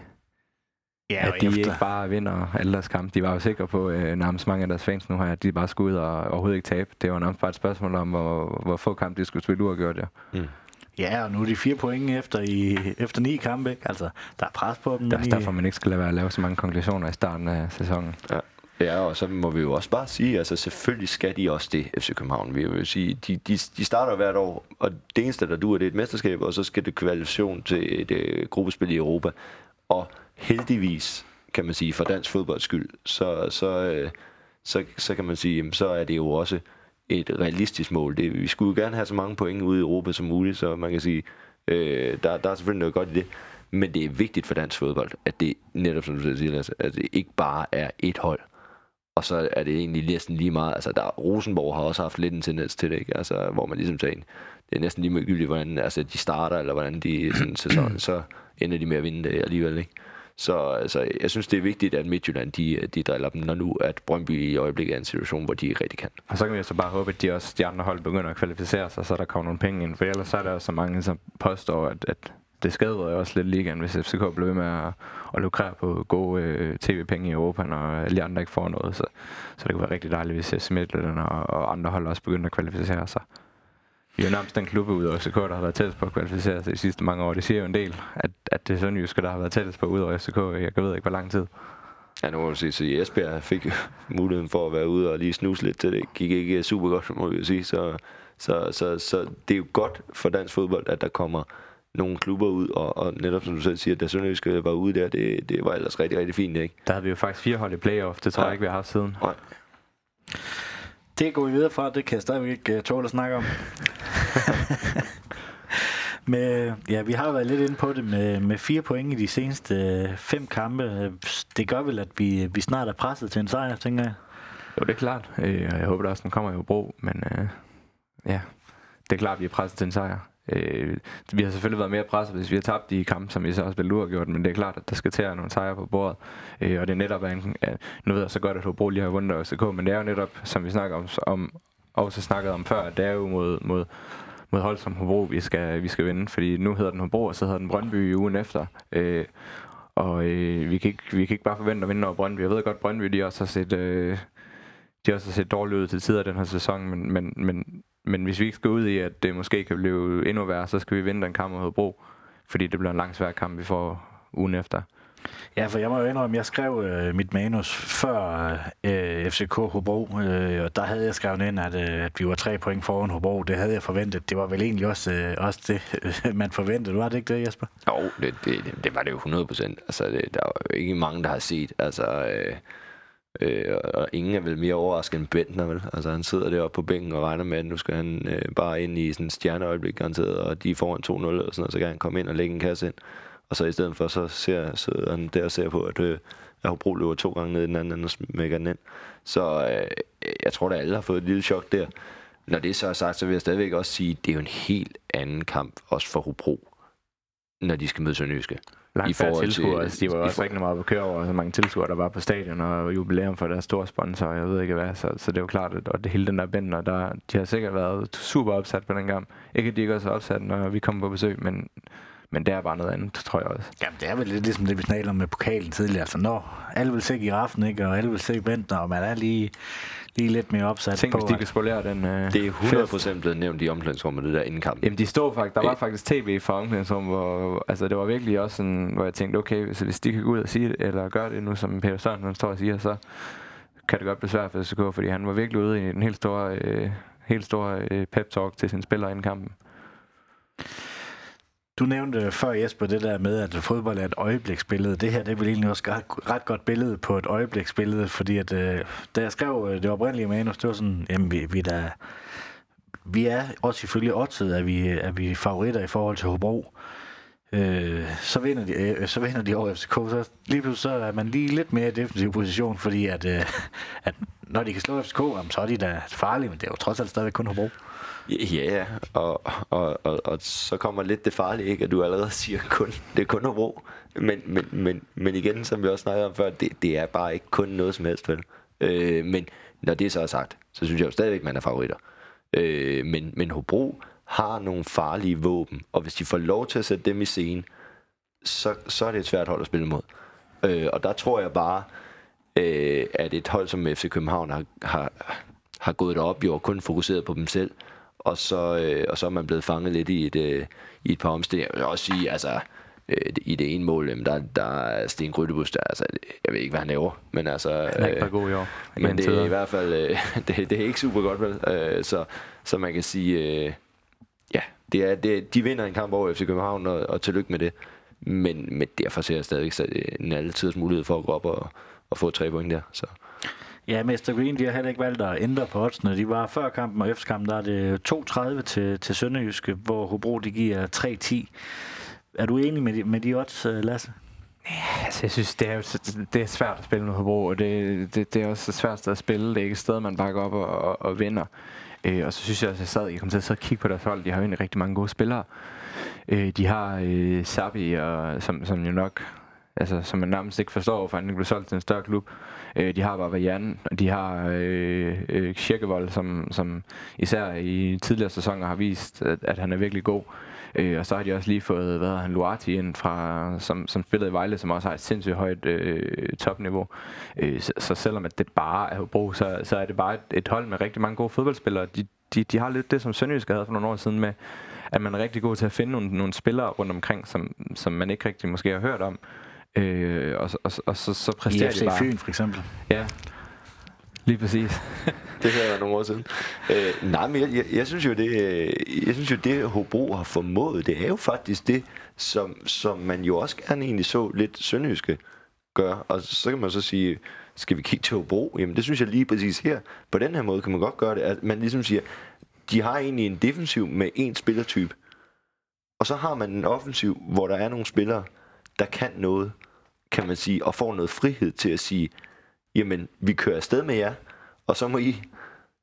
ikke bare vinder alle deres kampe. De var jo sikre på, nærmest mange af deres fans nu her, at de bare skulle ud og overhovedet ikke tabe. Det var nærmest bare et spørgsmål om, hvor få kampe de skulle spille uafgjort, ja. Mm. Ja, og nu er de 4 point efter 9 kampe, ikke? Altså, der er pres på dem. Det er også derfor, man ikke skal lade være at lave så mange konklusioner i starten af sæsonen. Ja, og så må vi jo også bare sige, altså selvfølgelig skal de også det, FC København. Vi vil sige, de starter hvert år, og det eneste, der duer, det er et mesterskab, og så skal det kvalifikation til et gruppespil i Europa. Og heldigvis, kan man sige, for dansk fodbolds skyld, så kan man sige, så er det jo også et realistisk mål. Vi skulle jo gerne have så mange point ude i Europa som muligt, så man kan sige, der er selvfølgelig noget godt i det, men det er vigtigt for dansk fodbold, at det netop, som du siger, at det ikke bare er et hold, og så er det egentlig næsten lige meget, altså Rosenborg har også haft lidt en tendens til det, ikke? Altså, hvor man ligesom sagde, det er næsten lige ligegyldigt, hvordan altså, de starter, eller hvordan de sådan sæsonen, så ender de med at vinde det alligevel, ikke? Så jeg synes, det er vigtigt, at Midtjylland, de driller dem, når nu at Brøndby i øjeblikket er en situation, hvor de ikke rigtig kan. Og så kan vi så bare håbe, at de andre hold begynder at kvalificere sig, så der kommer nogle penge ind. For ellers så er der også så mange, som påstår, at det skader jo også lidt ligaen, hvis FCK bliver ved med at lukrere på gode tv-penge i Europa, når alle de andre ikke får noget. Så det kunne være rigtig dejligt, hvis FC Midtjylland og andre hold også begynder at kvalificere sig. Vi er jo nærmest den klub ud over FCK, der har været tættest på at kvalificere sig de sidste mange år. Det siger jo en del, at det er Sønderjyske, der har været tættest på ud over FCK. Jeg ved ikke, hvor lang tid. Ja, nu må du sige, så Esbjerg fik muligheden for at være ude og lige snuse lidt til det. Gik ikke super godt, må vi sige. Så det er jo godt for dansk fodbold, at der kommer nogle klubber ud, og netop som du selv siger, da Sønderjyske var ude der, det var ellers rigtig, rigtig fint, ikke? Der havde vi jo faktisk 4 hold i playoff. Det tror jeg ikke, vi har haft siden. Nej. Det går vi videre fra, det kan jeg stadigvæk ikke tåle at snakke om. Vi har jo været lidt inde på det med 4 point i de seneste 5 kampe. Det gør vel, at vi snart er presset til en sejr, tænker jeg. Jo, det er klart. Jeg håber da også, den kommer i Hobro, men ja. det er klart, at vi er presset til en sejr. Vi har selvfølgelig været mere presset, hvis vi har tabt de kampe, som vi så også ville uafgjort, men det er klart, at der skal til nogle sejre på bordet. Og det er netop, nu ved jeg så godt, at Hobro lige har vundet FCK, men det er jo netop, som vi snakker om også snakket om før, at det er jo mod hold som Hobro, vi skal vinde, fordi nu hedder den Hobro, og så hedder den Brøndby i ugen efter. Vi kan ikke bare forvente at vinde over Brøndby. Jeg ved godt, Brøndby de også har set dårligt ud til tider den her sæson, men hvis vi ikke skal ud i, at det måske kan blive endnu værre, så skal vi vinde den kamp mod Hobro, fordi det bliver en lang svær kamp, vi får ugen efter. Ja, for jeg må jo indrømme, at jeg skrev mit manus før FCK Hobro, og der havde jeg skrevet ind, at vi var 3 point foran Hobro. Det havde jeg forventet. Det var vel egentlig også det, man forventede. Var det ikke det, Jesper? Jo, det var det jo 100%. Altså, der er jo ikke mange, der har set. Altså, og ingen er vel mere overrasket end Bentner, vel? Altså, han sidder deroppe på bænken og regner med, at nu skal han bare ind i sådan en stjerneøjeblik garanteret, og de får en 2-0 og sådan noget, så kan han komme ind og lægge en kasse ind. Og så i stedet for, så sidder han der og ser på, at Hobro løber 2 gange ned i den anden, og smækker den ind. Så jeg tror, at alle har fået et lille chok der. Når det så er sagt, så vil jeg stadigvæk også sige, at det er jo en helt anden kamp, også for Hobro, når de skal møde Sønderjyske. Langt færre tilskuere, altså de var også rigtig meget på køre over, så mange tilskuere, der var på stadion, og jubilæum for deres store sponsor, jeg ved ikke hvad, så det er jo klart, at det hele den der Bentner, de har sikkert været super opsat på den kamp. Ikke at de ikke også er opsat, når vi kommer på besøg, men det er bare noget andet, tror jeg også. Jamen, det er vel lidt ligesom det, vi snakkede om med pokalen tidligere. Altså, når alle vil se Giraffen, ikke, og alle vil se Bentner, og man er lige lidt mere opsat Tænk, på... hvis de kan spolere den... det er 100% blevet nævnt i omklædningsrummet, det der inden kamp. Jamen, de stod faktisk... Der var faktisk tv fra omklædningsrummet, hvor... Altså, det var virkelig også sådan, hvor jeg tænkte, okay, hvis de kan gå ud og sige det, eller gøre det nu, som Peter Sørensen står og siger, så kan det godt blive svært for FCK, fordi han var virkelig ude i en helt stor pep-talk til sine spillere inden kampen. Du nævnte før, Jesper, det der med, at fodbold er et øjebliksbillede. Det her, det er vel egentlig også et ret godt billede på et øjebliksbillede, fordi at, da jeg skrev det oprindelige manus, det var sådan, jamen vi er også selvfølgelig oddset, at vi er favoritter i forhold til Hobro. Så vinder de over FCK, så lige pludselig så er man lige lidt mere i defensiv position, fordi at når de kan slå FCK, så er de da farlige, men det er jo trods alt stadigvæk kun Hobro. Ja, og så kommer lidt det farlige, ikke? At du allerede siger, det er kun Hobro. Men igen, som vi også snakkede om før, det er bare ikke kun noget som helst, vel? Men når det så er sagt, så synes jeg jo stadigvæk, man er favoritter. Men Hobro har nogle farlige våben, og hvis de får lov til at sætte dem i scene, så er det et svært hold at spille mod. Og der tror jeg bare, at et hold som FC København har gået derop, jo kun fokuseret på dem selv, og så er man blevet fanget lidt i et par omstillinger. Jeg vil også sige, altså, i det ene mål, der er Sten Grydebus, der, altså, jeg ved ikke, hvad han laver, men altså... Han er ikke bare god i år. Men det er i hvert fald, det er ikke super godt, vel? Så man kan sige, ja, de vinder en kamp over FC København, og tillykke med det. Men derfor ser jeg stadig en altidens mulighed for at gå op og få 3 point der, så... Ja, Mester Green, de har heller ikke valgt at ændre på oddsene. De var før kampen og efter kampen, der er det 2,30 til Sønderjyske, hvor Hobro de giver 3,10. Er du enig med de odds, Lasse? Ja, altså jeg synes, det er svært at spille med Hobro, og det er også et svært sted at spille. Det er ikke et sted, man bakker op og vinder. Og så synes jeg også, jeg kom til at sidde og kigge på deres hold. De har jo egentlig rigtig mange gode spillere. De har Sabi, som jo nok... Altså, som man nærmest ikke forstår, for han ikke blev solgt til en større klub. De har bare Jan, og de har Kirkevold, som især i tidligere sæsoner har vist, at han er virkelig god. Og så har de også lige fået Luati ind fra, som spillede i Vejle, som også har et sindssygt højt topniveau. Så selvom at det bare er Hobro, så er det bare et hold med rigtig mange gode fodboldspillere. De har lidt det, som Sønderjyske havde for nogle år siden med, at man er rigtig god til at finde nogle spillere rundt omkring, som man ikke rigtig måske har hørt om. Og så præsterer de bare. Fyn for eksempel. Ja, lige præcis. Det her var nogle år siden. Nej, men jeg synes jo det Hobro har formået, det er jo faktisk det, som man jo også gerne egentlig så lidt Sønderjyske gør. Og så kan man så sige, skal vi kigge til Hobro? Jamen det synes jeg lige præcis her. På den her måde kan man godt gøre det, at man ligesom siger, de har egentlig en defensiv med en spillertype. Og så har man en offensiv, hvor der er nogle spillere, der kan noget, kan man sige, og får noget frihed til at sige, jamen, vi kører afsted med jer, og så må I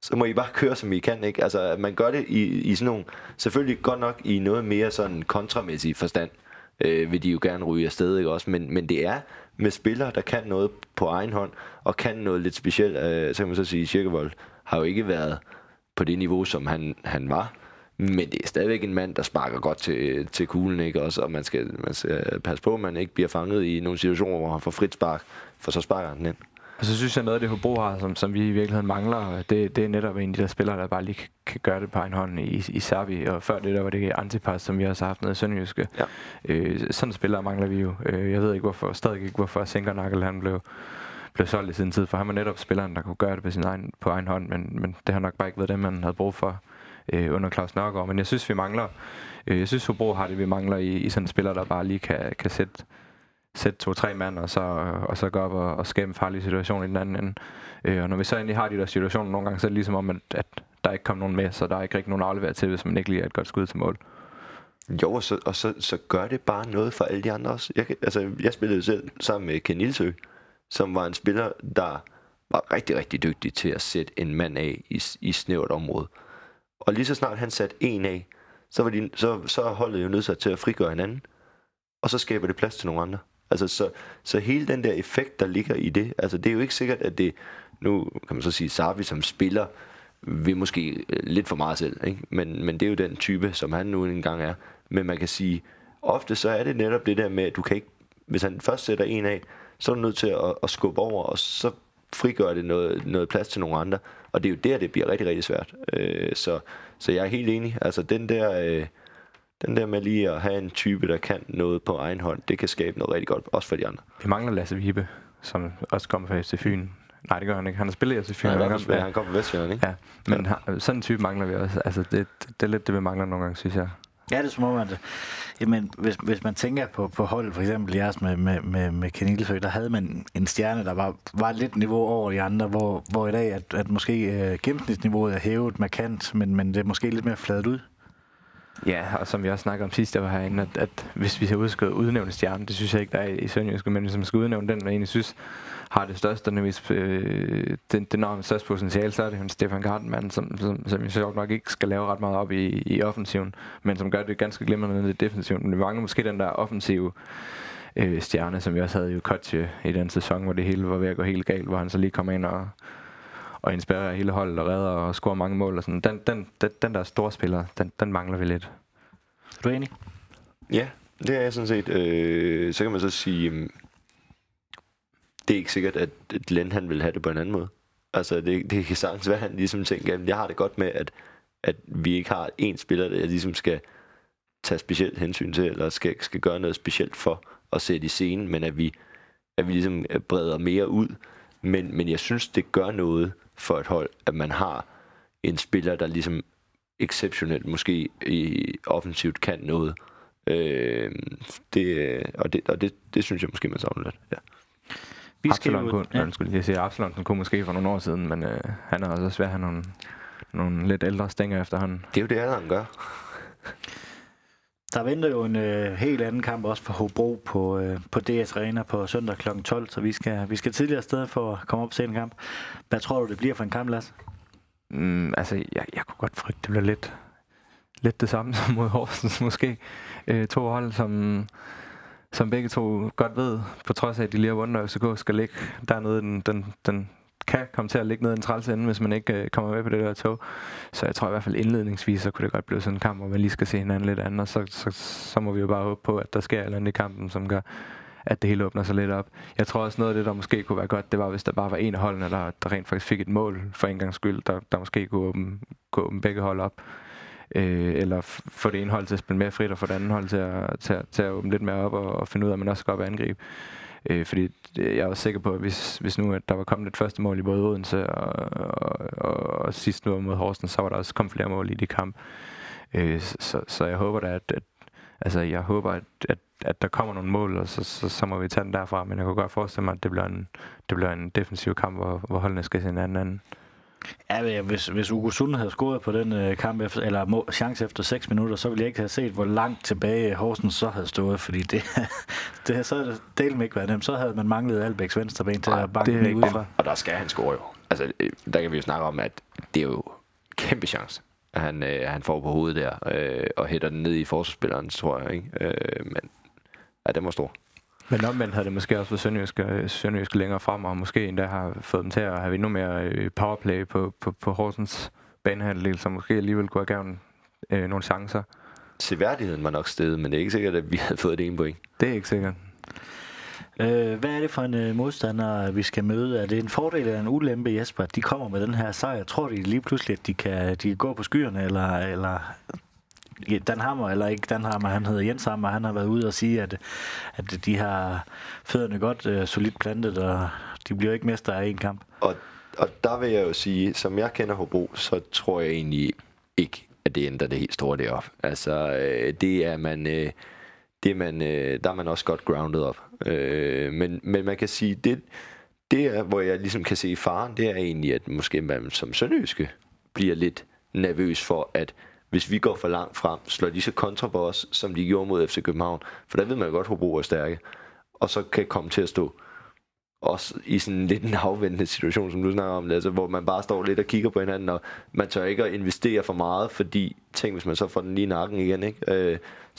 så må I bare køre, som I kan, ikke? Altså, at man gør det i sådan nogle, selvfølgelig godt nok i noget mere sådan kontramæssig forstand, vil de jo gerne ryge afsted, ikke også? Men det er med spillere, der kan noget på egen hånd, og kan noget lidt specielt. Så kan man så sige, Kirkevold har jo ikke været på det niveau, som han var, men det er stadigvæk en mand, der sparker godt til kuglen, ikke også? Og man skal passe på, at man ikke bliver fanget i nogle situationer, hvor han får frit spark, for så sparker han den ind. Og så synes jeg, noget af det Hobro har, som vi i virkeligheden mangler, det er netop en af de der spillere, der bare lige kan gøre det på egen hånd i Serbi. Og før det, der var det Antipas, som vi også har haft nede i Sønderjyske. Ja. Sådan spillere mangler vi jo. Jeg ved ikke, stadig ikke, hvorfor Sinkernagel, han blev solgt i sin tid. For han var netop spilleren, der kunne gøre det på egen hånd. Men det har nok bare ikke været det, man havde brug for under Claus Nørgaard. Men jeg synes, vi mangler. Jeg synes, Hobro har det, vi mangler i sådan en spiller, der bare lige kan sætte 2-3 mand, og så gå op og skabe en farlig situation i den anden ende. Og når vi så endelig har de der situationer nogle gange, så er det ligesom om, at der ikke kommer nogen med, så der er ikke rigtig nogen afleveret til, hvis man ikke lige er et godt skud til mål. Jo, og så gør det bare noget for alle de andre også. Jeg spillede selv sammen med Ken Ilsø, som var en spiller, der var rigtig, rigtig dygtig til at sætte en mand af i snævert område. Og lige så snart han satte en af, så holdet jo nødt til at frigøre hinanden, og så skaber det plads til nogle andre. Altså, så hele den der effekt, der ligger i det, altså det er jo ikke sikkert, at det, nu kan man så sige, Sarvi som spiller, vil måske lidt for meget selv, ikke? Men det er jo den type, som han nu engang er. Men man kan sige, ofte så er det netop det der med, at du kan ikke, hvis han først sætter en af, så er du nødt til at skubbe over, og så frigør det noget plads til nogle andre. Og det er jo der, det bliver rigtig, rigtig svært. Så jeg er helt enig. Altså den der med lige at have en type, der kan noget på egen hånd, det kan skabe noget rigtig godt, også for de andre. Vi mangler Lasse Vibe, som også kommer fra FC Fyn. Nej, det gør han ikke. Han har spillet i FC Fyn. Nej, han kommer fra Vestjylland, ikke? Ja, men sådan en type mangler vi også. Altså, det er lidt det, vi mangler nogle gange, synes jeg. Ja, det er som om, at jamen, hvis man tænker på holdet, for eksempel jeres med Ken Ilsø, der havde man en stjerne, der var lidt niveau over de andre, hvor i dag, at måske gennemsnitsniveauet er hævet markant, men det er måske lidt mere fladet ud. Ja, og som vi også snakkede om sidst, der var herinde, at hvis vi har udnævne stjernen, det synes jeg ikke, der er i Sønderjyske, men hvis man skal udnævne den, man egentlig synes har det største, det når største potentiale, så er det jo en Stefan Gartenmann, som jeg sjovt nok ikke skal lave ret meget op i offensiven, men som gør det ganske glimrende i defensiven. Men vi mangler måske den der offensive stjerne, som vi også havde i Kotje i den sæson, hvor det hele var ved at gå helt galt, hvor han så lige kom ind og inspirerer hele holdet og redder og scorer mange mål og sådan. Den der store spiller, den mangler vi lidt. Er du enig? Ja, det er jeg sådan set. Så kan man så sige, det er ikke sikkert, at Glenn han vil have det på en anden måde. Altså, det kan sagtens være, at han ligesom tænker, jeg har det godt med, at vi ikke har én spiller, der ligesom skal tage specielt hensyn til, eller skal gøre noget specielt for at sætte i scenen, men at vi ligesom breder mere ud. Men jeg synes, det gør noget for et hold, at man har en spiller, der ligesom exceptionelt måske offensivt kan noget. Det synes jeg måske, man savner lidt. Ja. Absalon kunne måske for nogle år siden, men han er også svært at have nogle lidt ældre stænger efterhånden. Det er jo det, han gør. Der venter jo en helt anden kamp også for Hobro på DS Arena på søndag kl. 12, så vi skal tidligere afsted for at komme op og se en kamp. Hvad tror du, det bliver for en kamp, Lasse? Altså, jeg kunne godt frygte, det bliver lidt det samme som mod Horsens måske. To hold, som begge to godt ved, på trods af, at de lige har vundet, og FCK skal ligge dernede, den kan komme til at ligge nede i en træls ende, hvis man ikke kommer med på det der tog. Så jeg tror i hvert fald indledningsvis, så kunne det godt blive sådan en kamp, hvor man lige skal se hinanden lidt andet, og så må vi jo bare håbe på, at der sker et eller andet i kampen, som gør, at det hele åbner sig lidt op. Jeg tror også noget af det, der måske kunne være godt, det var, hvis der bare var en af holdene, der rent faktisk fik et mål for en gangs skyld, der måske kunne åbne begge hold op. Eller få det ene hold til at spille mere frit, og få det andet hold til at åbne lidt mere op og finde ud af, at man også skal op og angribe. Fordi jeg er også sikker på, at hvis nu at der var kommet et første mål i både Odense og sidst nu mod Horsens, så var der også kommet flere mål i de kamp. Så jeg håber da, at der kommer nogle mål, og så må vi tage den derfra. Men jeg kunne godt forestille mig, at det bliver en defensiv kamp, hvor holdene skal se hinanden. Ja, hvis Ugo Sund havde scoret på den kamp eller chance efter 6 minutter, så ville jeg ikke have set, hvor langt tilbage Horsens så havde stået, fordi det så havde det delt ikke været dem. Så havde man manglet Albæks venstreben til at banke den udefra. Og der skal han score jo. altså, der kan vi jo snakke om, at det er jo kæmpe chance, at han får på hovedet der, og hætter den ned i forsvarsspilleren, tror jeg, ikke? Men ja, den var stor. Men omvendt havde det måske også været Sønderjyske længere frem, og måske endda har fået dem til at have endnu mere powerplay på Horsens banehalvdel, som måske alligevel kunne have gavet nogle chancer. Seværdigheden var nok steget, men det er ikke sikkert, at vi havde fået det ene point. Det er ikke sikkert. Hvad er det for en modstander, vi skal møde? Er det en fordel eller en ulempe, Jesper, at de kommer med den her sejr? Tror de lige pludselig, at de kan gå på skyerne, eller Dan Hammer, eller ikke Dan Hammer, han hedder Jens Hammer, han har været ude og sige, at de har fødderne godt solidt plantet, og de bliver ikke mester af en kamp. Og der vil jeg jo sige, som jeg kender Hobro, så tror jeg egentlig ikke, at det ændrer det helt store deroppe. Altså, der er man også godt grounded op. Men man kan sige, det er, hvor jeg ligesom kan se faren, det er egentlig, at måske man som sønderjyske bliver lidt nervøs for, at hvis vi går for langt frem, slår de så kontra på os, som de gjorde mod FC København. For der ved man jo godt, at Hobro er stærke. Og så kan komme til at stå også i sådan lidt en afvendende situation, som du snakker om, altså, hvor man bare står lidt og kigger på hinanden, og man tør ikke at investere for meget, fordi tænk, hvis man så får den lige i nakken igen, ikke?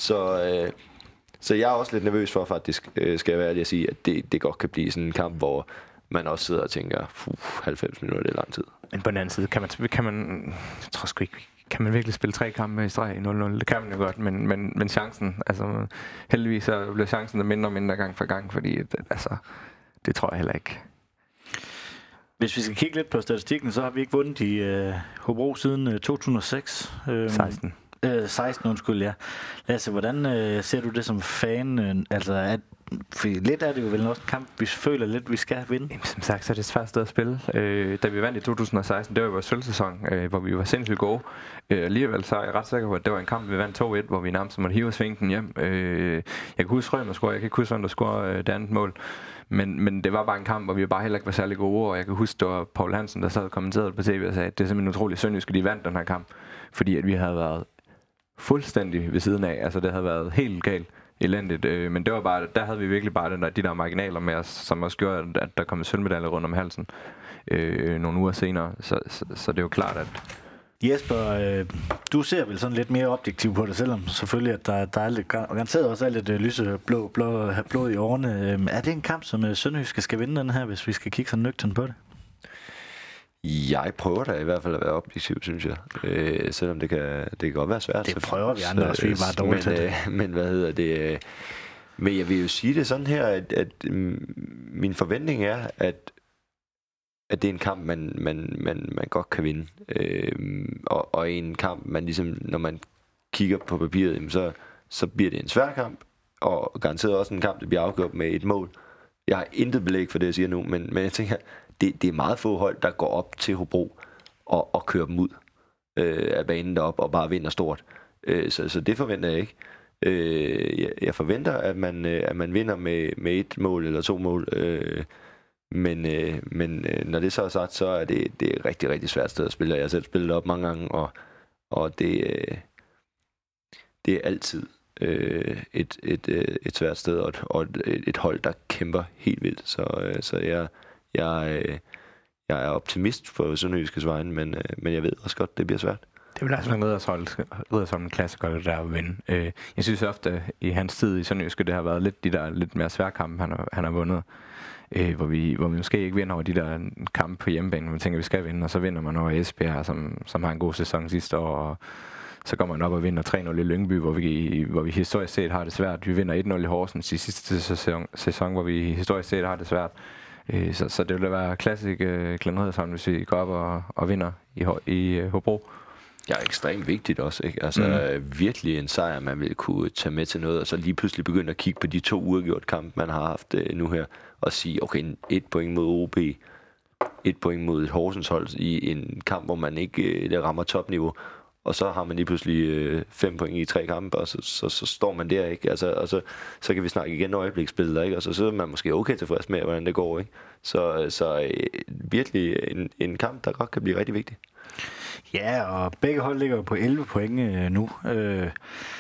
Så jeg er også lidt nervøs for, faktisk, skal jeg være ærlig at sige, at det godt kan blive sådan en kamp, hvor man også sidder og tænker, 90 minutter, det er lang tid. Men på den anden side, kan man jeg tror sgu ikke, kan man virkelig spille 3 kampe i streg i 0-0? Det kan man jo godt, men chancen, altså heldigvis så bliver chancen der mindre og mindre gang for gang, fordi det tror jeg heller ikke. Hvis vi skal kigge lidt på statistikken, så har vi ikke vundet i Hobro siden 2006. 16, undskyld, ja. Lasse, hvordan ser du det som fan? Altså, lidt er det jo vel også en kamp, vi føler lidt, vi skal vinde. Jamen, som sagt, så er det et svært sted at spille. Da vi vandt i 2016, det var jo vores sølvsæson, hvor vi var sindssygt gode. Alligevel så er jeg ret sikker på, at det var en kamp, vi vandt 2-1, hvor vi nærmest måtte hive svinken hjem. Jeg kan huske Rømer score, jeg kan ikke huske, hvem der scorede det andet mål. Men det var bare en kamp, hvor vi bare heller ikke var særlig gode, og jeg kan huske, det var Paul Hansen, der sad og kommenterede på tv og sagde, at det er simpelthen utroligt sønderjysk, at de vandt den her kamp, fordi at vi havde været fuldstændig ved siden af. Altså det havde været helt galt elendigt, men det var bare, der havde vi virkelig bare de der marginaler med os, som også gjorde, at der kom en sølvmedalje rundt om halsen nogle uger senere. Så det er jo klart, at Jesper, du ser vel sådan lidt mere objektiv på det, selvom selvfølgelig, at der er lidt, garanteret også er lidt blod i årene. Er det en kamp, som Sønderjyske skal vinde den her, hvis vi skal kigge sådan nøgternt på det? Jeg prøver da i hvert fald at være objektiv, synes jeg. Selvom det kan godt være svært. Det prøver vi andre også, vi er bare dårligt til det. Men hvad hedder det? Men jeg vil jo sige det sådan her, at min forventning er, at det er en kamp, man godt kan vinde. Og en kamp, man ligesom, når man kigger på papiret, så bliver det en svær kamp, og garanteret også en kamp, der bliver afgjort med et mål. Jeg har intet belæg for det, jeg siger nu, men jeg tænker, det er meget få hold, der går op til Hobro og kører dem ud af banen deroppe og bare vinder stort. Så det forventer jeg ikke. Jeg forventer, at man vinder med 1 mål eller 2 mål. Men når det så er sagt, så er det et rigtig, rigtig svært sted at spille. Jeg har selv spillet op mange gange, og det er altid et svært sted, og et hold, der kæmper helt vildt. Så jeg er optimist på Sønderjyskes vegne, men jeg ved også godt, det bliver svært. Det vil altså være som en klassiker, der er at vinde. Jeg synes ofte, i hans tid i Sønderjyske, det har været lidt de der lidt mere svære kampe, han har vundet. Hvor vi måske ikke vinder over de der kampe på hjemmebane, hvor man tænker, vi skal vinde, og så vinder man over Esbjerg, som har en god sæson sidste år, og så går man op og vinder 3-0 i Lyngby, hvor vi historisk set har det svært. Vi vinder 1-0 i Horsens i sidste sæson, hvor vi historisk set har det svært. Så det vil da være klassisk klandrighed, hvis vi går op og vinder i Hobro. Ja, ekstremt vigtigt også, ikke? Altså virkelig en sejr, man vil kunne tage med til noget, og så lige pludselig begynde at kigge på de 2 uafgjort kampe, man har haft nu her, og sige, okay, 1 point mod OB, 1 point mod et Horsens hold i en kamp, hvor man ikke rammer topniveau, og så har man lige pludselig 5 point i 3 kampe, og så står man der, ikke? Altså, og så kan vi snakke igen øjebliksbilleder, ikke? Og så er man måske okay tilfreds med, hvordan det går, ikke? Så virkelig en kamp, der godt kan blive rigtig vigtig. Ja, og begge hold ligger jo på 11 point nu.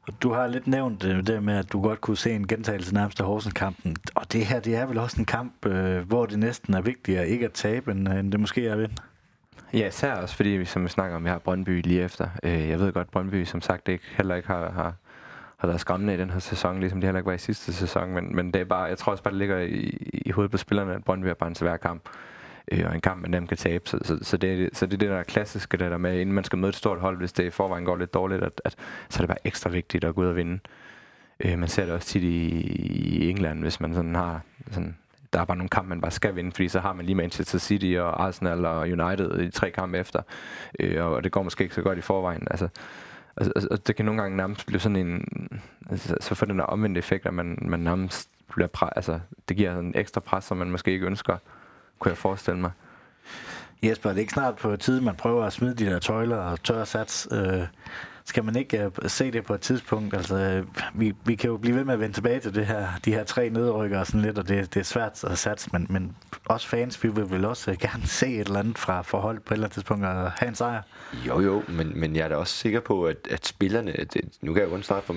Og du har lidt nævnt det med, at du godt kunne se en gentagelse nærmest af Horsens-kampen. Og det her, det er vel også en kamp, hvor det næsten er vigtigere ikke at tabe, end det måske er at vinde. Ja, især også fordi, som vi snakker om, vi har Brøndby lige efter. Jeg ved godt, Brøndby som sagt heller ikke har været skræmmende i den her sæson, ligesom de heller ikke var i sidste sæson. Men det er bare, jeg tror også bare, det ligger i hovedet på spillerne, at Brøndby er bare en svær kamp. Og en kamp, man nemt kan tabe. Så det er det der klassiske, det der med, inden man skal møde et stort hold, hvis det i forvejen går lidt dårligt, så er det bare ekstra vigtigt at gå ud og vinde. Man ser det også tit i England, hvis man sådan har... Der er bare nogle kampe, man bare skal vinde, fordi så har man lige Manchester City og Arsenal og United i 3 kampe efter. Og det går måske ikke så godt i forvejen. Altså, det kan nogle gange nærmest blive sådan en... så får den der omvendte effekt, at man nærmest bliver det giver en ekstra pres, som man måske ikke ønsker, kunne jeg forestille mig. Jesper, det er ikke snart på tide, man prøver at smide de der tøjler og tørre sats. Skal man ikke se det på et tidspunkt? Altså, vi kan jo blive ved med at vende tilbage til de her 3 nedrykker og sådan lidt, og det er svært at satse, men også fans, vi vil vel også gerne se et eller andet fra forhold på et eller andet tidspunkt og have en sejr. Jo, men jeg er da også sikker på, at spillerne, nu kan jeg jo kun starte for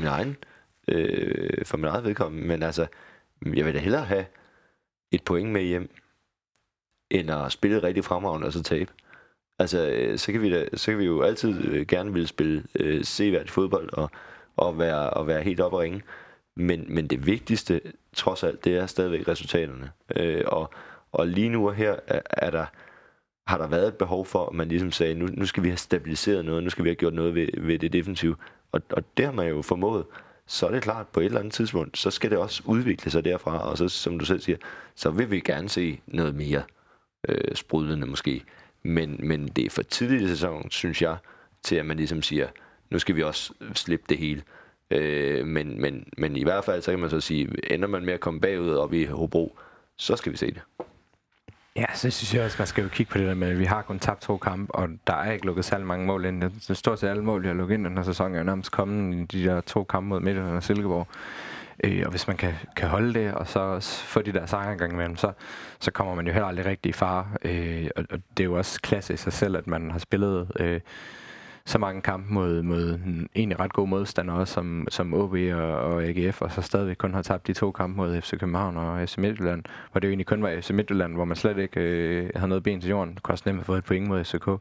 min eget vedkommende, men altså, jeg vil da hellere have et point med hjem, end at spille rigtig fremragende og så tabe. Altså, så kan vi jo altid gerne ville spille seværdig fodbold og være helt oppe at ringe. Men det vigtigste, trods alt, det er stadigvæk resultaterne. Og lige nu og her har der været et behov for, at man ligesom sagde, nu skal vi have stabiliseret noget, nu skal vi have gjort noget ved det defensive. Og det har man jo formået. Så er det klart, på et eller andet tidspunkt, så skal det også udvikle sig derfra. Og så, som du selv siger, så vil vi gerne se noget mere sprudlende måske. Men det er for tidligt i sæsonen, synes jeg, til at man ligesom siger, nu skal vi også slippe det hele. Men i hvert fald, så kan man så sige, ender man med at komme bagud op i Hobro, så skal vi se det. Ja, så synes jeg også, man skal jo kigge på det der med, at vi har kun tabt 2 kampe, og der er ikke lukket særlig mange mål ind. Det står til alle mål, de har lukket ind den her sæson, er jo nærmest kommet i de der 2 kampe mod Midtjylland og Silkeborg. Og hvis man kan holde det, og så også få de der sejre engang imellem, så kommer man jo heller aldrig rigtig i fare. Og det er jo også klasse i sig selv, at man har spillet så mange kampe mod egentlig ret gode modstandere, også som OB og AGF, og så stadigvæk kun har tabt de 2 kampe mod FC København og FC Midtjylland, hvor det jo egentlig kun var FC Midtjylland, hvor man slet ikke havde noget ben til jorden. Det kunne også nemt have fået et point mod FCK.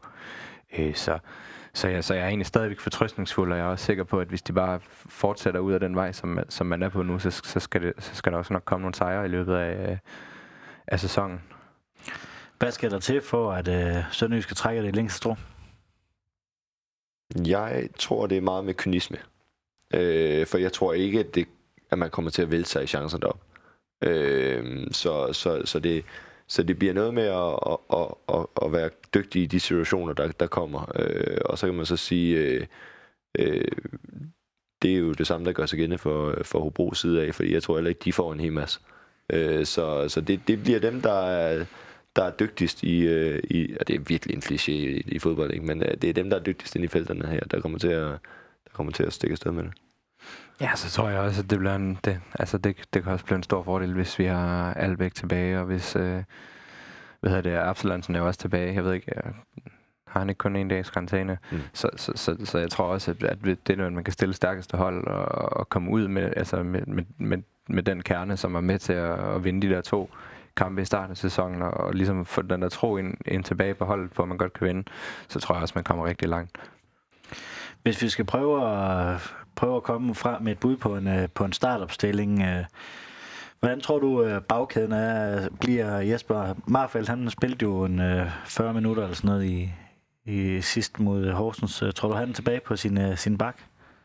Så jeg er egentlig stadigvæk fortrøstningsfuld, og jeg er også sikker på, at hvis de bare fortsætter ud af den vej, som man er på nu, så skal der også nok komme nogle sejre i løbet af sæsonen. Hvad skal der til for, at Sønderjyske trækker det længste strå? Jeg tror, det er meget med kynisme. For jeg tror ikke, at man kommer til at vælte sig i chancen derop. Så det bliver noget med at være dygtig i de situationer, der kommer. Og så kan man så sige, det er jo det samme, der gør sig gældende for Hobros side af, fordi jeg tror heller ikke, de får en hel masse. Så det bliver dem, der er dygtigst i og det er virkelig en kliché i fodbold, ikke? Men det er dem, der er dygtigst inde i felterne her, der kommer til at stikke afsted med det. Ja, så tror jeg også, at det bliver det kan også blive en stor fordel, hvis vi har Albæk tilbage, og hvis Absalonsen er også tilbage. Jeg ved ikke, har han ikke kun en dags karantæne? Så jeg tror også, at det er noget, man kan stille stærkeste hold og komme ud med den kerne, som er med til at vinde de der 2 kampe i starten af sæsonen, og ligesom få den der tro ind tilbage på holdet, hvor man godt kan vinde, så tror jeg også, man kommer rigtig langt. Hvis vi skal prøve at komme frem med et bud på en startopstilling, hvordan tror du bagkæden bliver? Jesper Marfeldt, han spillede jo 40 minutter eller sådan noget i sidst mod Horsens. Tror du, han er tilbage på sin bak?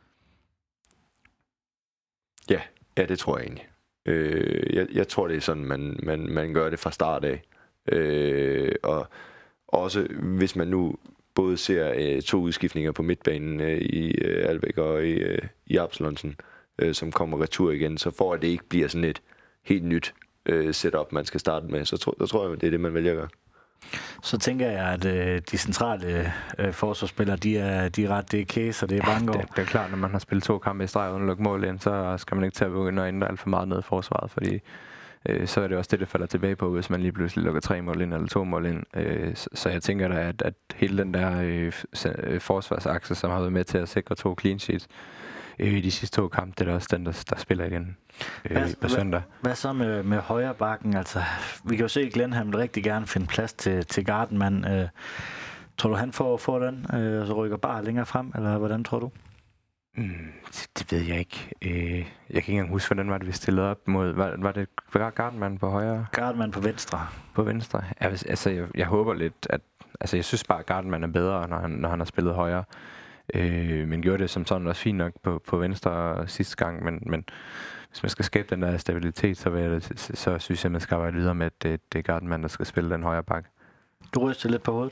Ja, det tror jeg egentlig. Jeg tror, det er sådan, man gør det fra start af. Og også hvis man nu både ser 2 udskiftninger på midtbanen i Albæk og i Absalonsen, som kommer retur igen, så for at det ikke bliver sådan et helt nyt setup, man skal starte med, så tror jeg, det er det, man vælger at gøre. Så tænker jeg, at de centrale forsvarsspillere, de er ret DK, så det er bange over. Det er klart, når man har spillet 2 kampe i streg uden at lukke mål ind, så skal man ikke til at begynde at ændre alt for meget ned i forsvaret, fordi så er det også det falder tilbage på, hvis man lige pludselig lukker 3 mål ind eller 2 mål ind. Så jeg tænker da, at hele den der forsvarsakse, som har været med til at sikre 2 clean sheets de sidste 2 kampe. Det er også den, der spiller igen på søndag. Hvad så med højre bakken? Altså, vi kan jo se, at Glenn han vil rigtig gerne finde plads til Gardenman. Tror du, han får den, og så rykker bare længere frem, eller hvordan tror du? Det ved jeg ikke. Jeg kan ikke engang huske, hvordan var det, vi stillede op mod... Var det Gardenman på højre? Gardenman på venstre. På venstre? Jeg håber lidt, at... Altså, jeg synes bare, at Gardenman er bedre, når han har spillet højre. Men gjorde det som sådan også fint nok på venstre sidste gang. Men hvis man skal skabe den der stabilitet, så synes jeg, man skal arbejde videre med, at det er Gardenman, der skal spille den højre bak. Du ryster lidt på hovedet?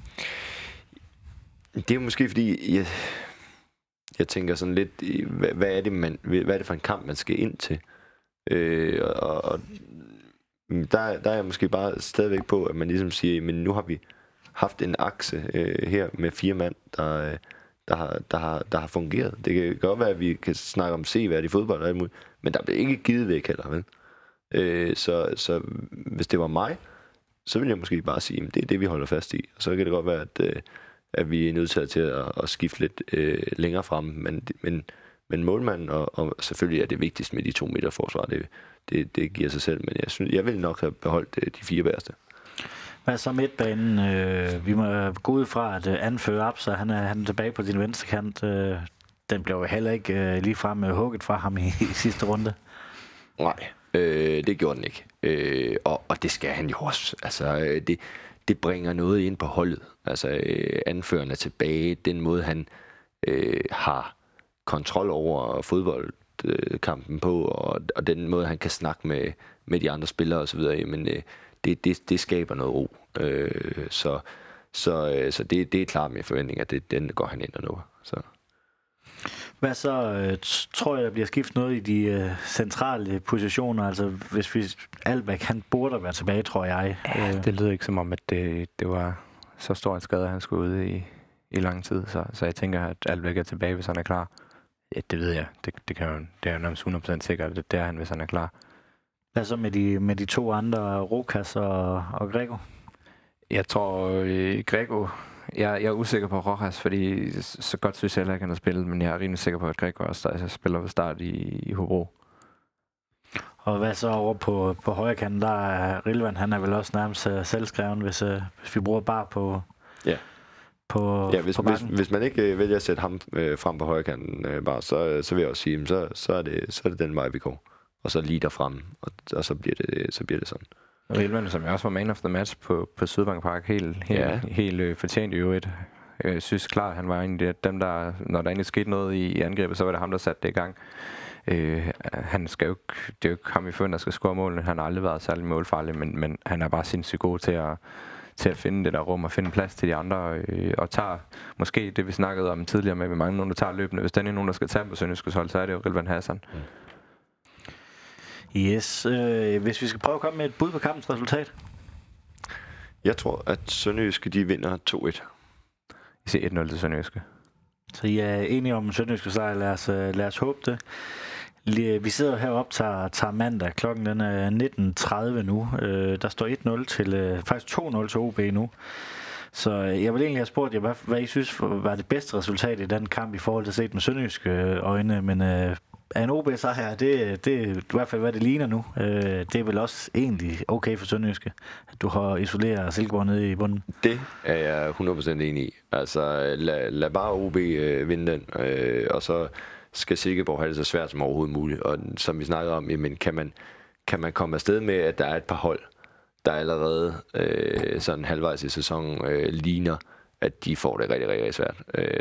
Det er måske fordi... Jeg tænker sådan lidt, hvad er det for en kamp, man skal ind til? Og der er jeg måske bare stadigvæk på, at man ligesom siger, men nu har vi haft en akse her med 4 mand, der har fungeret. Det kan godt være, at vi kan snakke om seværd i fodbold og alt muligt, men der bliver ikke givet væk heller, vel? Så hvis det var mig, så ville jeg måske bare sige, at det er det, vi holder fast i. Og så kan det godt være, at vi er nødt til at skifte lidt længere frem. Men målmanden, og selvfølgelig er det vigtigst med de 2 meter forsvar, det giver sig selv. Men jeg vil nok have beholdt de 4 værste. Hvad så midtbanen? Vi må gå ud fra, at anfører Absa, han er tilbage på din venstre kant. Den blev jo heller ikke ligefrem hugget fra ham i sidste runde. Nej, det gjorde den ikke. Og det skal han jo også. Altså, det bringer noget ind på holdet. Altså, anføreren er tilbage. Den måde, han har kontrol over fodboldkampen på, og den måde, han kan snakke med de andre spillere osv., men det skaber noget ro. Så det er klart med forventning, at den går han ind og nu. Så. Hvad så? Tror jeg, der bliver skiftet noget i de centrale positioner? Altså, hvis Albeck, han burde være tilbage, tror jeg. Ja, det lyder ikke som om, at det var så stor en skade, han skulle ud i lang tid. Så jeg tænker, at Albeck er tilbage, hvis han er klar. Ja, det ved jeg. Det er jo nærmest 100% sikkert, at det er han, hvis han er klar. Hvad så med de 2 andre, Rokas og Grego? Jeg tror, Grego... Jeg er usikker på Rojas, fordi så godt synes jeg heller ikke, han har spillet, men jeg er rimelig sikker på, at Grego også spiller ved start i Hobro. Og hvad så over på højre kanten, der er Rilvan, han er vel også nærmest selvskreven, hvis vi bruger bare på... Ja. På hvis man ikke vælger at sætte ham frem på højre kanten, bare, så vil jeg også sige, så er det den vej, vi går. Og så lige derfrem, og så bliver det sådan. Rilvan, som jeg også var man of the match på Sydbank Park, helt fortjent i øvrigt. Jeg synes klart, han var en af dem, der, når der egentlig skete noget i angrebet, så var det ham, der satte det i gang. Han skal jo det er jo ikke ham i føden, der skal score målene. Han har aldrig været særlig målfarlig, men han er bare sindssygt god til at finde det der rum og finde plads til de andre, og tager måske det, vi snakkede om tidligere med, mange nogen, der tager løbende. Hvis der er nogen, der skal tage på Sønderjyskes hold, så er det jo Rilvan Hassan. Yes. Hvis vi skal prøve at komme med et bud på kampens resultat. Jeg tror, at Sønderjyske, de vinder 2-1. Jeg siger 1-0 til Sønderjyske. Så I er enige om Sønderjyske sejr. Lad os håbe det. Vi sidder heroppe tager mandag. Klokken den er 19.30 nu. Der står 1-0 til... faktisk 2-0 til OB nu. Så jeg vil egentlig have spurgt jer, hvad I synes var det bedste resultat i den kamp i forhold til set med sønderjyske øjne, men en OB-sejr, det er i hvert fald, hvad det ligner nu. Det er vel også egentlig okay for sønderjyske, at du har isoleret Silkeborg nede i bunden. Det er jeg 100% enig i. Altså, lad bare OB vinde den, og så skal Silkeborg have det så svært som overhovedet muligt. Og som vi snakkede om, jamen, kan man komme afsted med, at der er et par hold, der allerede sådan halvvejs i sæsonen ligner, at de får det rigtig, rigtig svært.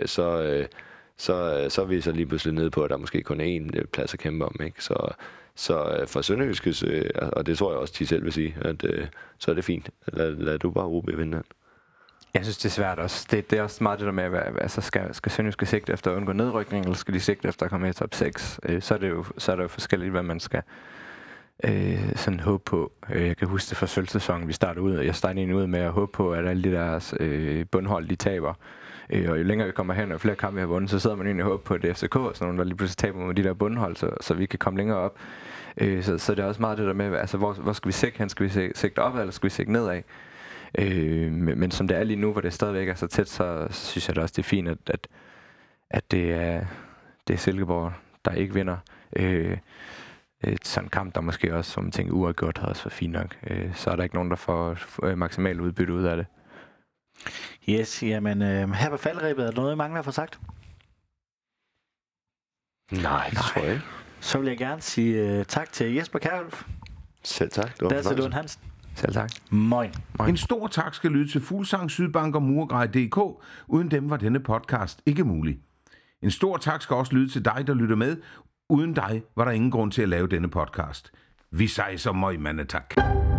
Så er vi så lige pludselig nede på, at der måske kun er én plads at kæmpe om. Ikke? Så for Sønderjyskes, og det tror jeg også, de selv vil sige, at så er det fint. Lad du bare OB vinde den. Jeg synes, det er svært også. Det er også meget det der med, altså skal Sønderjyske sigte efter at undgå nedrykning, eller skal de sigte efter at komme i top 6? Så er det jo forskelligt, hvad man skal sådan håbe på. Jeg kan huske det fra sølvsæsonen, vi startede ud. Jeg startede egentlig ud med at håbe på, at alle de deres bundhold, de taber. Og jo længere vi kommer hen, og flere kampe vi har vundet, så sidder man egentlig og håber på, at det er FCK og sådan nogle, der lige pludselig taber mod de der bundhold, så vi kan komme længere op. Så det er også meget det der med, altså hvor skal vi sigte hen? Skal vi sigte op, eller skal vi sigte nedad? Men som det er lige nu, hvor det stadigvæk er så tæt, så synes jeg da også, det er fint, at det det er Silkeborg, der ikke vinder. Sådan en kamp, der måske også, som man tænker, uafgjort havde også været fint nok. Så er der ikke nogen, der får maksimalt udbytte ud af det. Yes, jamen her på faldrebet er der noget, I mangler at få sagt? Nej, det tror jeg ikke. Så vil jeg gerne sige tak til Jesper Kjærulf. Selv tak. Det var Lasse Lund Hansen. Selv tak. Moin. En stor tak skal lyde til Fuglsang, Sydbank og Murgrej.dk. Uden dem var denne podcast ikke mulig. En stor tak skal også lyde til dig, der lytter med. Uden dig var der ingen grund til at lave denne podcast. Vi sejser møg, mandetak.